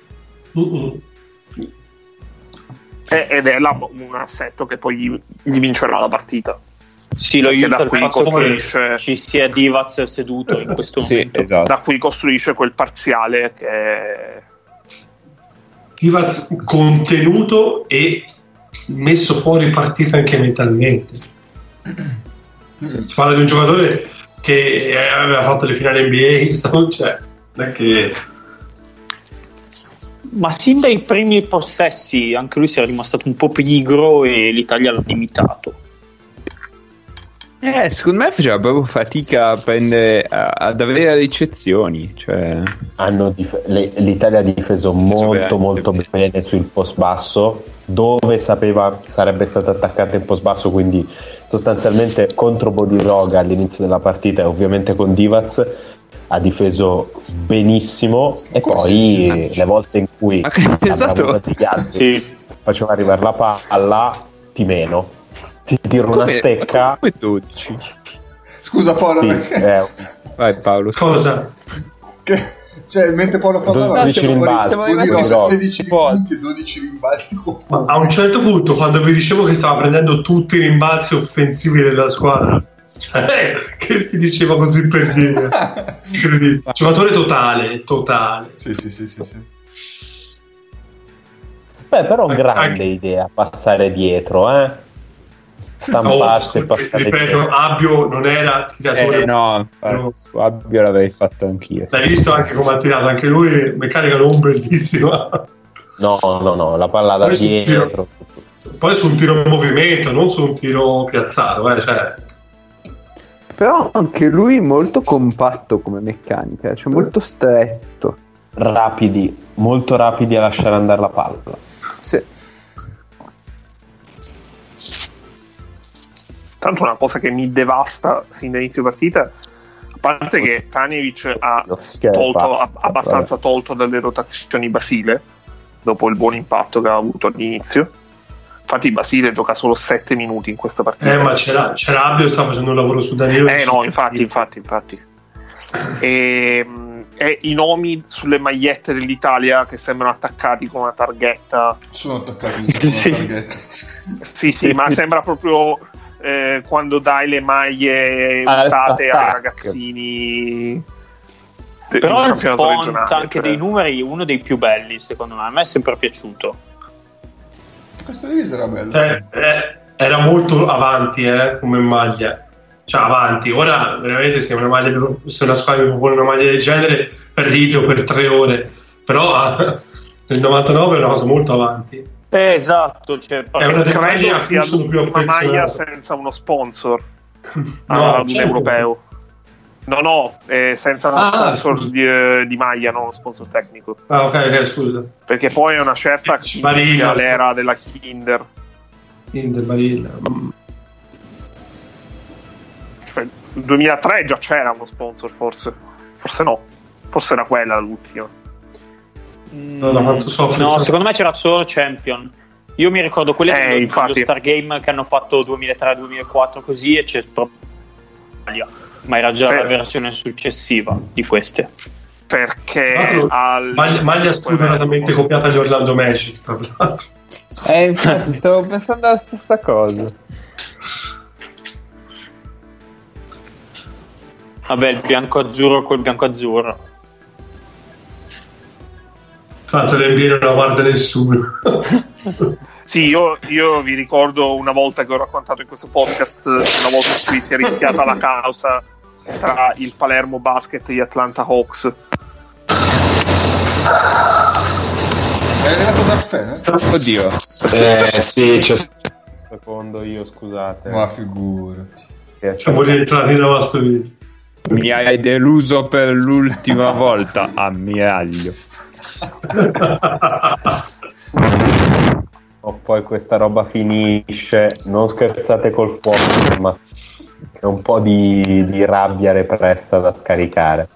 Ed è un assetto che poi gli vincerà la partita. Sì, lo aiuta il fatto che ci sia Divac seduto in questo momento. Esatto. Da cui costruisce quel parziale che è Divac contenuto e messo fuori partita anche mentalmente. Si parla di un giocatore che aveva fatto le finali NBA, cioè, non è che... Ma sin dai primi possessi anche lui si era dimostrato un po' pigro e l'Italia l'ha limitato. Secondo me faceva proprio fatica a prendere ad avere ricezioni, cioè... L'Italia ha difeso molto bene sul post basso, dove sapeva sarebbe stata attaccata in post basso, quindi sostanzialmente contro Bodiroga all'inizio della partita e ovviamente con Divac ha difeso benissimo. E poi le volte in cui esatto. gli altri faceva arrivare la palla, ti tiro una stecca come 12. Scusa Paolo, vai Paolo, cosa? Cioè, mentre Paolo parlava 12 rimbalzi, 16 punti e 12 rimbalzi. A un certo punto, quando vi dicevo che stava prendendo tutti i rimbalzi offensivi della squadra, che si diceva così per dire, giocatore totale. Sì. Beh, però grande idea passare dietro, stamparsi e passare ripeto, dietro. Abbio non era tiratore, su Abbio l'avrei fatto anch'io. L'hai visto anche come ha tirato, anche lui meccanica non bellissima. No, la palla da dietro. Poi su un tiro in movimento, non su un tiro piazzato, cioè. Però anche lui molto compatto come meccanica, cioè molto stretto. Molto rapidi a lasciare andare la palla. Sì. Tanto una cosa che mi devasta sin dall'inizio partita, a parte che Tanjevic ha abbastanza tolto dalle rotazioni Basile dopo il buon impatto che ha avuto all'inizio. Infatti Basile gioca solo 7 minuti in questa partita. Ma c'era Abbio, sta facendo un lavoro su Danilo. No, infatti. E i nomi sulle magliette dell'Italia che sembrano attaccati con una targhetta. Sono attaccati con una targhetta. Sì, ma sembra proprio quando dai le maglie usate ai ragazzini. Però il font anche dei numeri, uno dei più belli secondo me. A me è sempre piaciuto. Questo divisa era bello. Era molto avanti come maglia, cioè avanti. Ora veramente se una squadra mi propone una maglia del genere rido per 3 ore, però nel 99 è una cosa molto avanti. Esatto, cioè, è una delle maglie a cui sono più una maglia senza uno sponsor ad un europeo. Senza uno sponsor di maglia, non uno sponsor tecnico. Ok, scusa. Perché poi è una certa Barilla, l'era della Kinder Barilla. 2003 già c'era uno sponsor, forse no, forse era quella l'ultima. No, secondo me c'era solo Champion. Io mi ricordo quelle dello Stargame che hanno fatto 2003-2004 così, e c'è proprio ma era già la versione successiva di queste, perché maglia spudoratamente copiata agli Orlando Magic, tra l'altro. Infatti stavo pensando alla stessa cosa. Vabbè, il bianco-azzurro col bianco-azzurro. Tanto l'NBA non la guarda nessuno. Sì, io vi ricordo una volta che ho raccontato in questo podcast, una volta in cui si è rischiata la causa tra il Palermo Basket e gli Atlanta Hawks. È arrivato da Fene? Oddio. Sì, c'è. Secondo io, scusate. Ma figurati. Siamo rientrati nella vostra vita. Mi hai deluso per l'ultima volta, ammiraglio. O poi questa roba finisce. Non scherzate col fuoco, ma è un po' di rabbia repressa da scaricare.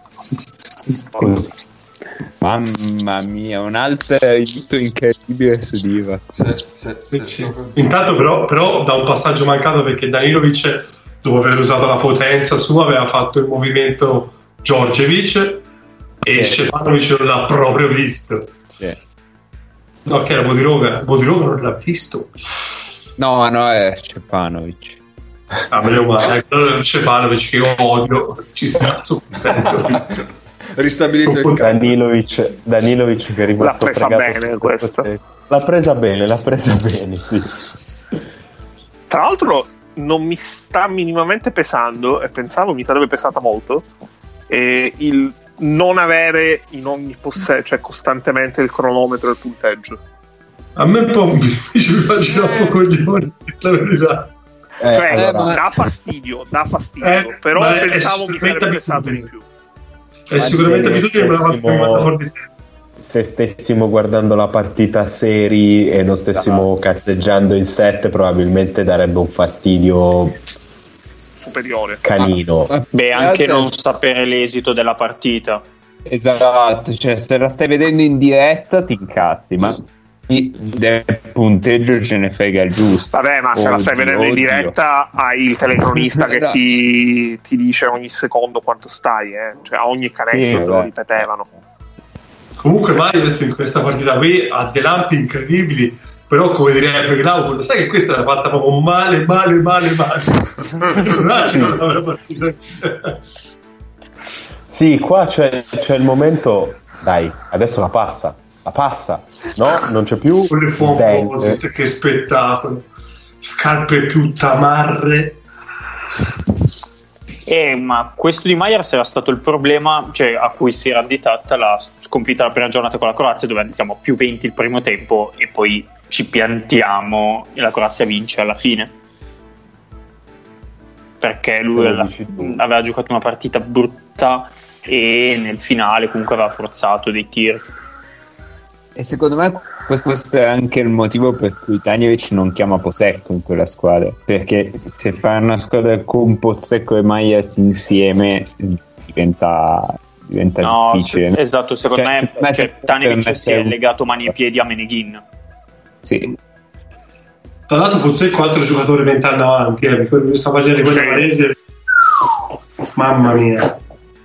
Mamma mia, un altro aiuto incredibile su Diva. Sì. Intanto però da un passaggio mancato, perché Danilovic, dopo aver usato la potenza sua, aveva fatto il movimento Djordjevic e Stefanovic non l'ha proprio visto. Sì. No, che era Bodiroga non l'ha visto. No, è Stefanovic. Meno male, Stefanovic che odio, ci sta ristabilito Danilovic che è rimasto l'ha presa bene questa. L'ha presa bene, sì. Tra l'altro non mi sta minimamente pesando, e pensavo mi sarebbe pesata molto, il non avere in ogni cioè costantemente il cronometro e il punteggio. A me un po' mi immagino un po' coglione, la verità. Dà fastidio, però pensavo mi sarebbe pesato di più. È sicuramente abitudine, me la va schermata. Se stessimo guardando la partita a seri e non stessimo cazzeggiando in set, probabilmente darebbe un fastidio superiore, canino. Beh, anche non sapere l'esito della partita. Esatto, cioè se la stai vedendo in diretta ti incazzi, ma del punteggio ce ne frega il giusto. Vabbè, ma se la stai vedendo in diretta hai il telecronista che ti dice ogni secondo quanto stai, cioè a ogni canestro te lo ripetevano. Comunque Mario in questa partita qui ha dei lampi incredibili, però come direbbe Glauco, sai che questa l'ha fatta proprio male. Sì, qua c'è il momento, dai, adesso la passa, no? Non c'è più quelle fomposite, che spettacolo, scarpe più tamarre. Ma questo di Myers era stato il problema, cioè, a cui si era additata la sconfitta della prima giornata con la Croazia, dove siamo più 20 il primo tempo e poi ci piantiamo e la Croazia vince alla fine, perché lui aveva giocato una partita brutta e nel finale comunque aveva forzato dei tiri. E secondo me questo è anche il motivo per cui Tanjevic non chiama Posecco in quella squadra, perché se fai una squadra con Posecco e Myers insieme diventa difficile. Esatto, secondo me Tanjevic si è legato mani e piedi a Meneghin. Sì. Tra l'altro Posecco altro giocatore 20 anni avanti, mi sta parlando di quella palese. Mamma mia.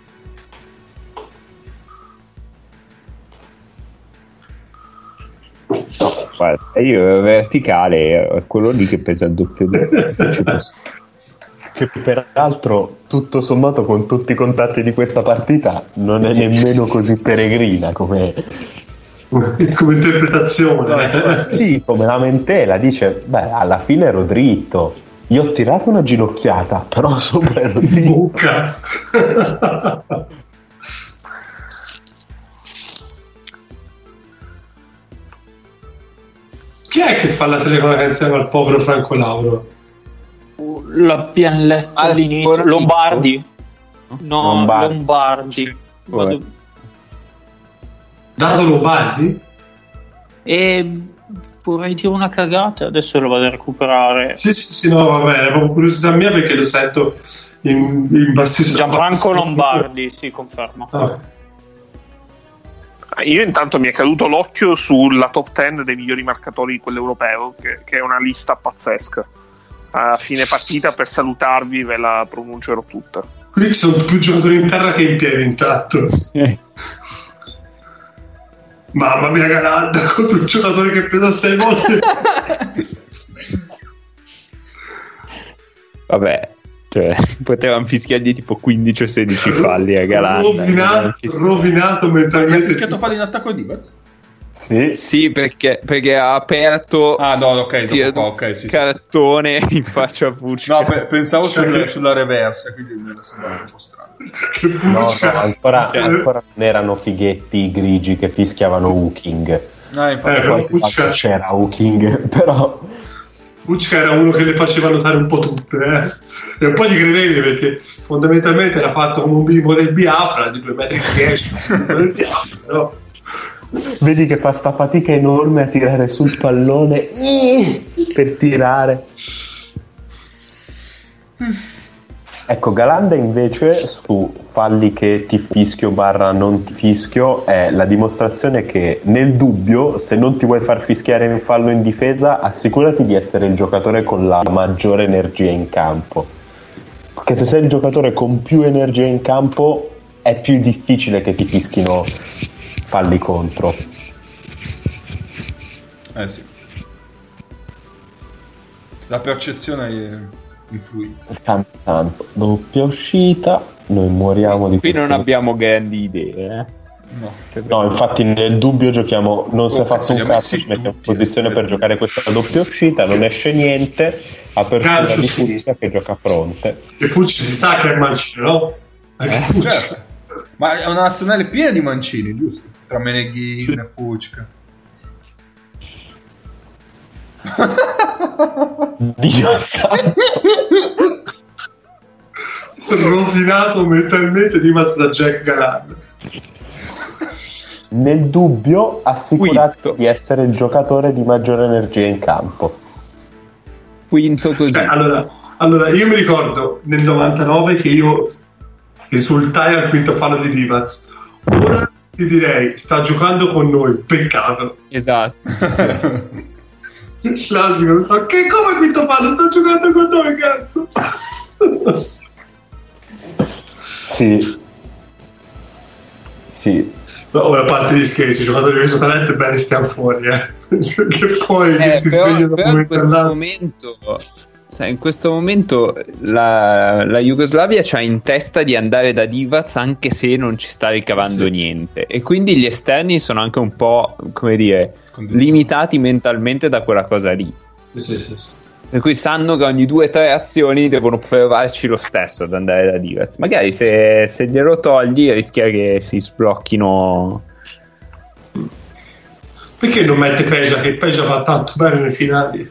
Guarda, io verticale è quello lì che pesa il doppio che peraltro tutto sommato con tutti i contatti di questa partita non è nemmeno così peregrina come interpretazione. Sì, come lamentela, dice beh, alla fine ero dritto, io ho tirato una ginocchiata però sopra ero dritto. Chi è che fa la telecronaca insieme al povero Franco Lauro? L'abbiamo letto all'inizio. Lombardi. No, Lombardi. Dato Lombardi? E vorrei dire una cagata, adesso lo vado a recuperare. Sì, no, vabbè, è proprio curiosità mia perché lo sento in bassissimo. Gianfranco Lombardi, sì, confermo. Io intanto mi è caduto l'occhio sulla top 10 dei migliori marcatori di quell'europeo, che è una lista pazzesca. A fine partita, per salutarvi, ve la pronuncerò tutta. Qui ci sono più giocatori in terra che in piedi intanto. Mamma mia, Galanda contro un giocatore che pesa 6 volte. Vabbè, cioè, potevano fischiargli tipo 15 o 16 falli a Galanda. Rovinato mentalmente. Ha fischiato falli in attacco di Divac? Sì, perché ha aperto sì, cartone in faccia a Fucca. No, pensavo sulla reversa, quindi mi sembrava un po' strano. No, ancora non erano fighetti i grigi che fischiavano Hooking. Poi c'era Hooking, però Fucca era uno che le faceva notare un po' tutte, e un po' gli credevi, perché fondamentalmente era fatto come un bimbo del Biafra di 2,10 m del Biafra, no? Vedi che fa sta fatica enorme a tirare sul pallone per tirare. Ecco, Galanda invece su falli che ti fischio / non ti fischio è la dimostrazione che nel dubbio, se non ti vuoi far fischiare in fallo in difesa, assicurati di essere il giocatore con la maggiore energia in campo, perché se sei il giocatore con più energia in campo è più difficile che ti fischino falli contro. Sì. La percezione influenza. Tanto doppia uscita, noi moriamo di qui non abbiamo grandi idee, No, infatti nel dubbio giochiamo, non si è fatto un cazzo, ci mettiamo in posizione per giocare questa doppia uscita, non esce niente, apertura di Fucca che gioca a fronte. E Fucca si sa che è mancino, no? Certo. Ma è una nazionale piena di mancini, giusto? Tra Meneghin e Fucca. Dio santo. Rovinato mentalmente di da Jack Galanda. Nel dubbio assicurati di essere il giocatore di maggiore energia in campo. Quinto così. Allora io mi ricordo nel 99 che io esultai al quinto fallo di Divac. Ora ti direi, sta giocando con noi, peccato. Esatto. Classico, che come quinto fallo, sta giocando con noi, cazzo. Sì. No, a parte gli scherzi, i giocatori di questo talento bene stiamo fuori, che poi si svegliano però in questo momento, sai, in questo momento la Jugoslavia c'ha in testa di andare da Divac anche se non ci sta ricavando niente, e quindi gli esterni sono anche un po', come dire, limitati mentalmente da quella cosa lì. Sì. Per cui sanno che ogni 2 o 3 azioni devono provarci lo stesso ad andare da Divac. Magari se glielo togli rischia che si sblocchino. Perché non mette Peja, che Peja va tanto bene nei finali?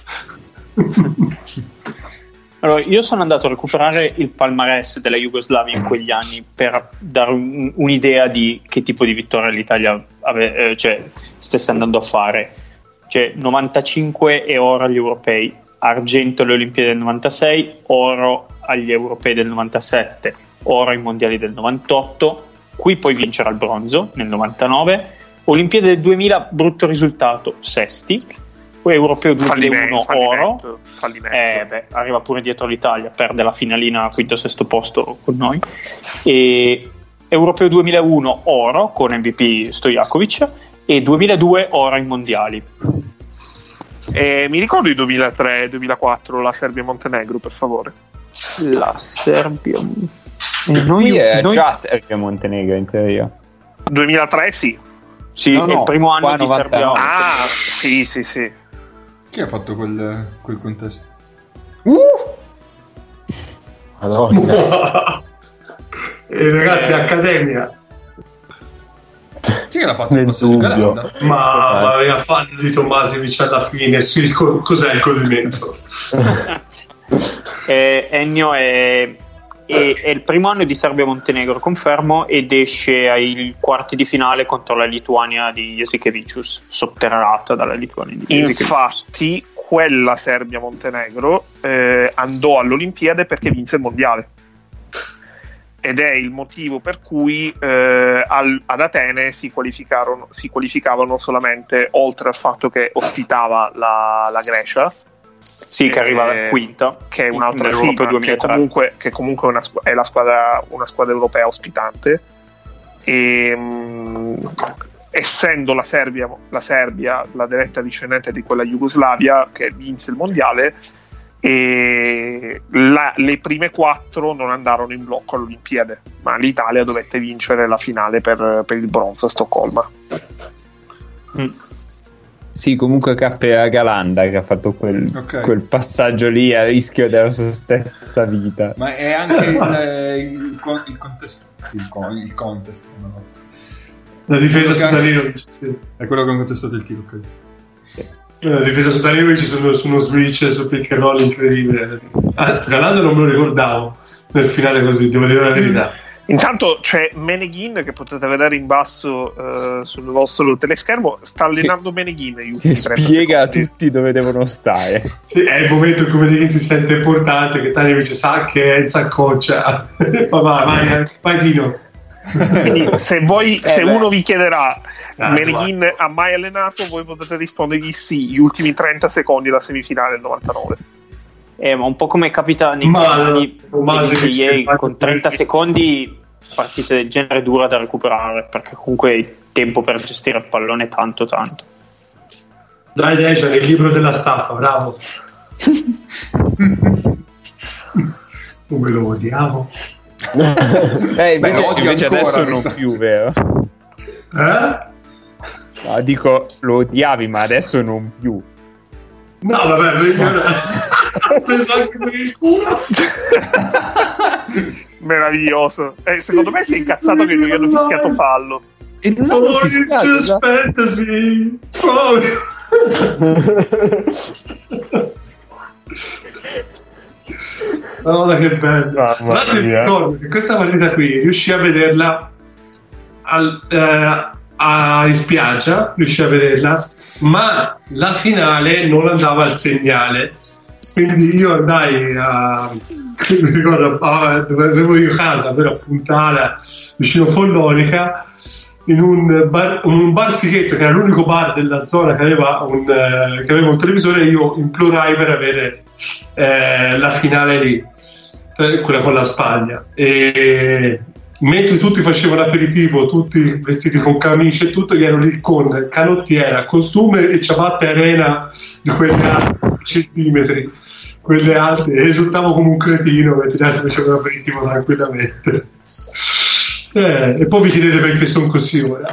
Allora, io sono andato a recuperare il palmarès della Jugoslavia in quegli anni per dare un'idea di che tipo di vittoria l'Italia stesse andando a fare. Cioè 95 e oro agli europei, argento alle Olimpiadi del 96, oro agli europei del 97, oro ai mondiali del 98, qui poi vincerà il bronzo nel 99, Olimpiadi del 2000 brutto risultato, sesti, poi europeo 2001 oro, arriva pure dietro l'Italia, perde la finalina quinto sesto posto con noi, e europeo 2001 oro con MVP Stojakovic e 2002 oro ai mondiali. Mi ricordo il 2003-2004 la Serbia-Montenegro, per favore. La Serbia già Serbia-Montenegro in teoria. 2003 sì, no, il primo anno di Serbia. Sì. Chi ha fatto quel contesto? Madonna. Ragazzi, Accademia. Chi l'ha fatto nel dubbio? Ma aveva fatto di Tomasevic alla fine. Sì, cos'è il godimento? Ennio è il primo anno di Serbia-Montenegro, confermo, ed esce ai quarti di finale contro la Lituania di Jasikevičius, sotterrata dalla Lituania di Jasikevičius. Infatti quella Serbia-Montenegro andò all'Olimpiade perché vinse il mondiale. ed è il motivo per cui ad Atene si qualificavano solamente, oltre al fatto che ospitava la Grecia, sì, che arriva alla quinta, che è un'altra che comunque è una squadra europea ospitante, e essendo la Serbia la diretta discendente di quella Jugoslavia che vinse il mondiale, e le prime 4 non andarono in blocco all'Olimpiade, ma l'Italia dovette vincere la finale per il bronzo a Stoccolma. Sì, comunque K Galanda che ha fatto quel passaggio lì a rischio della sua stessa vita. Ma è anche il contest. Il contest. La difesa su Danilo, sì. È quello che ha contestato il tiro, ok. La difesa su Danilo su uno switch su pick and roll incredibile. Galanda non me lo ricordavo nel finale, così devo dire la verità. Intanto c'è Meneghin che potete vedere in basso sul vostro teleschermo, sta allenando Meneghin che spiega a tutti dove devono stare. Sì, è il momento in cui Meneghin si sente importante, che Taniewicz sa che è in saccoccia. vai Dino. Quindi se uno vi chiederà Meneghin ha mai allenato, voi potete rispondergli sì, gli ultimi 30 secondi della semifinale del 99. Ma un po' come capita nei ieri, con 30 secondi partite del genere dura da recuperare, perché comunque il tempo per gestire il pallone è tanto. Dai, c'è il libro della staffa, bravo. Come lo odiamo. Invece adesso non più, vero? No, dico, lo odiavi, ma adesso non più. No, vabbè, ho preso anche per il culo. Meraviglioso. Secondo me si è incazzato che gli hanno fischiato fallo. E non hanno fischiato, fantasy. Oh, che bello. Ricordo che questa partita qui riuscì a vederla in spiaggia, ma la finale non andava al segnale, quindi io andai mi ricordo dove avevo io casa, ovvero a Puntala vicino Follonica, in un bar fighetto che era l'unico bar della zona che aveva un televisore. Io implorai per avere la finale lì, quella con la Spagna, e mentre tutti facevano aperitivo, tutti vestiti con camicie e tutto, io ero lì con canottiera, costume e ciabatte arena di quelle a centimetri, quelle alte, e risultavo come un cretino mentre gli altri facevano aperitivo tranquillamente. E poi vi chiedete perché sono così ora.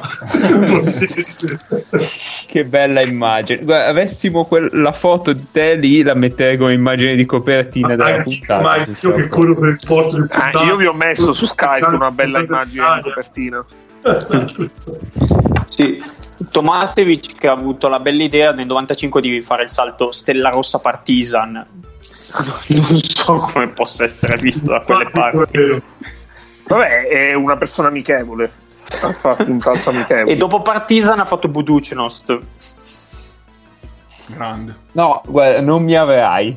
Che bella immagine. Guarda, avessimo la foto di te lì, la metterei come immagine di copertina della puntata. Ma io che corro per il porto di puntata, io vi ho messo su Skype una bella immagine di copertina. Sì, Tomasevic che ha avuto la bella idea nel 95 di fare il salto Stella Rossa Partizan. Non so come possa essere visto da quelle parti. Vabbè, è una persona amichevole, ha fatto un salto amichevole. E dopo Partizan ha fatto Budućnost. Grande. No, guarda, non mi avrai.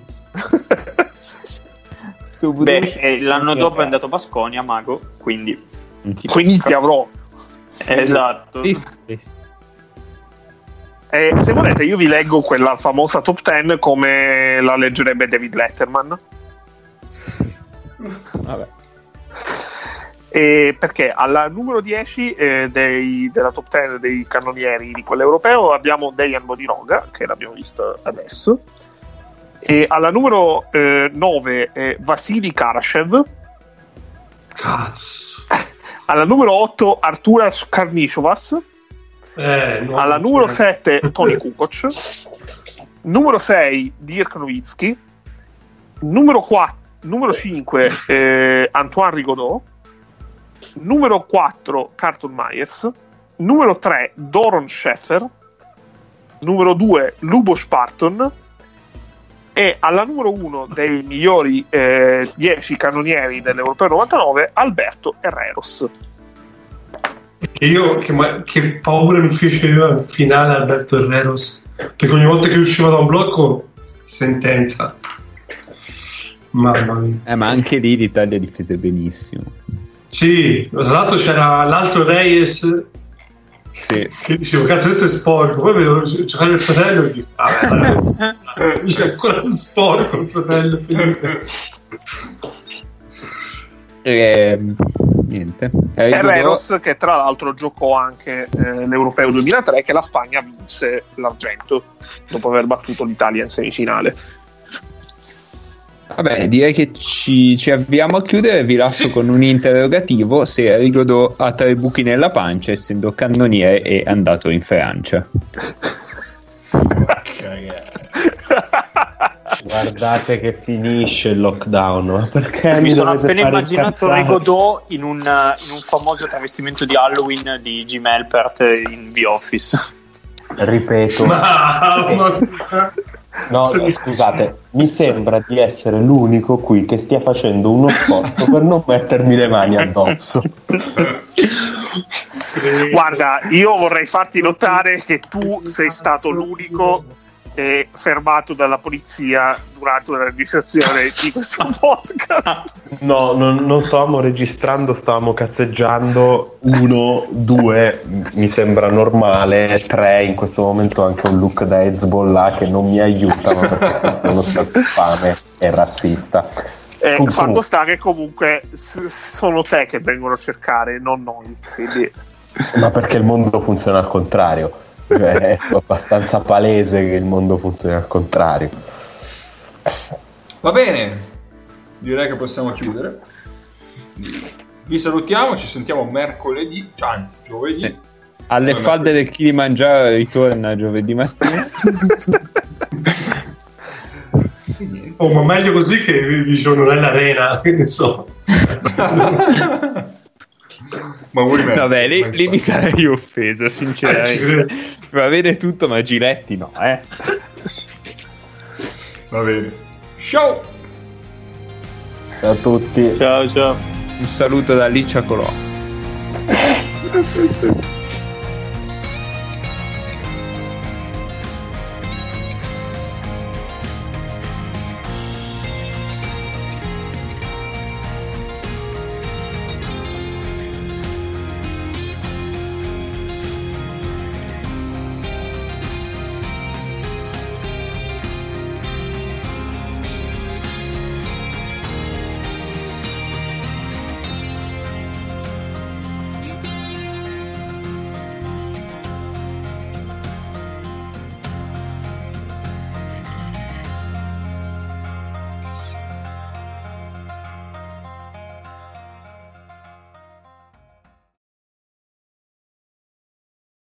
L'anno dopo è andato a Baskonia, Mago, quindi ti avrò. Esatto. Se volete io vi leggo quella famosa top 10 come la leggerebbe David Letterman. Vabbè. Perché alla numero 10 della top 10 dei cannonieri di quell'europeo abbiamo Dejan Bodiroga, che l'abbiamo visto adesso, e alla numero 9 Vasily Karashev. Cazzo. Alla numero 8 Arturas Karnišovas. Alla numero 7 Toni Kukoc. Numero 6 Dirk Nowitzki. Numero 5 Antoine Rigaudot. Numero 4 Carlton Myers. Numero 3 Doron Scheffer. Numero 2 Lubos Parton. E alla numero 1 dei migliori 10 cannonieri dell'Europeo 99 Alberto Herreros. E io che paura mi fece in finale Alberto Herreros, perché ogni volta che usciva da un blocco sentenza. Mamma mia. Ma anche lì l'Italia difese benissimo. Sì, tra l'altro c'era l'altro Reyes. Sì. Che dicevo, cazzo, questo è sporco. Poi vedo giocare il fratello e dico, c'è ancora un sporco il fratello. Niente. Herreros, che tra l'altro giocò anche l'Europeo 2003, che la Spagna vinse l'argento dopo aver battuto l'Italia in semifinale. Vabbè, direi che ci avviamo a chiudere. Vi lascio con un interrogativo: se Rigodò ha 3 buchi nella pancia, essendo cannoniere, è andato in Francia. Guardate che finisce il lockdown, ma perché mi sono appena immaginato Rigodò in un famoso travestimento di Halloween di Jim Halpert in The Office. Ripeto, no, scusate, mi sembra di essere l'unico qui che stia facendo uno sforzo per non mettermi le mani addosso. Guarda, io vorrei farti notare che tu sei stato l'unico fermato dalla polizia durante la registrazione di questo podcast. No, non stavamo registrando, stavamo cazzeggiando. 1, 2 mi sembra normale, 3 in questo momento anche un look da Hezbollah che non mi aiutano perché questo è uno stato infame e razzista. Fatto sta che comunque sono te che vengono a cercare, non noi, quindi... Ma perché il mondo funziona al contrario. È abbastanza palese che il mondo funzioni al contrario. Va bene, direi che possiamo chiudere. Vi salutiamo, ci sentiamo mercoledì, anzi giovedì. Sì. Alle falde del Kilimangiaro ritorna giovedì mattina. Ma meglio così che non è l'arena, che ne so. Ma vuoi me? Vabbè, lì mi sarei offeso, sinceramente. Va bene tutto, ma Giletti no, Va bene. Ciao! Ciao a tutti. Ciao. Un saluto da Licia Colò.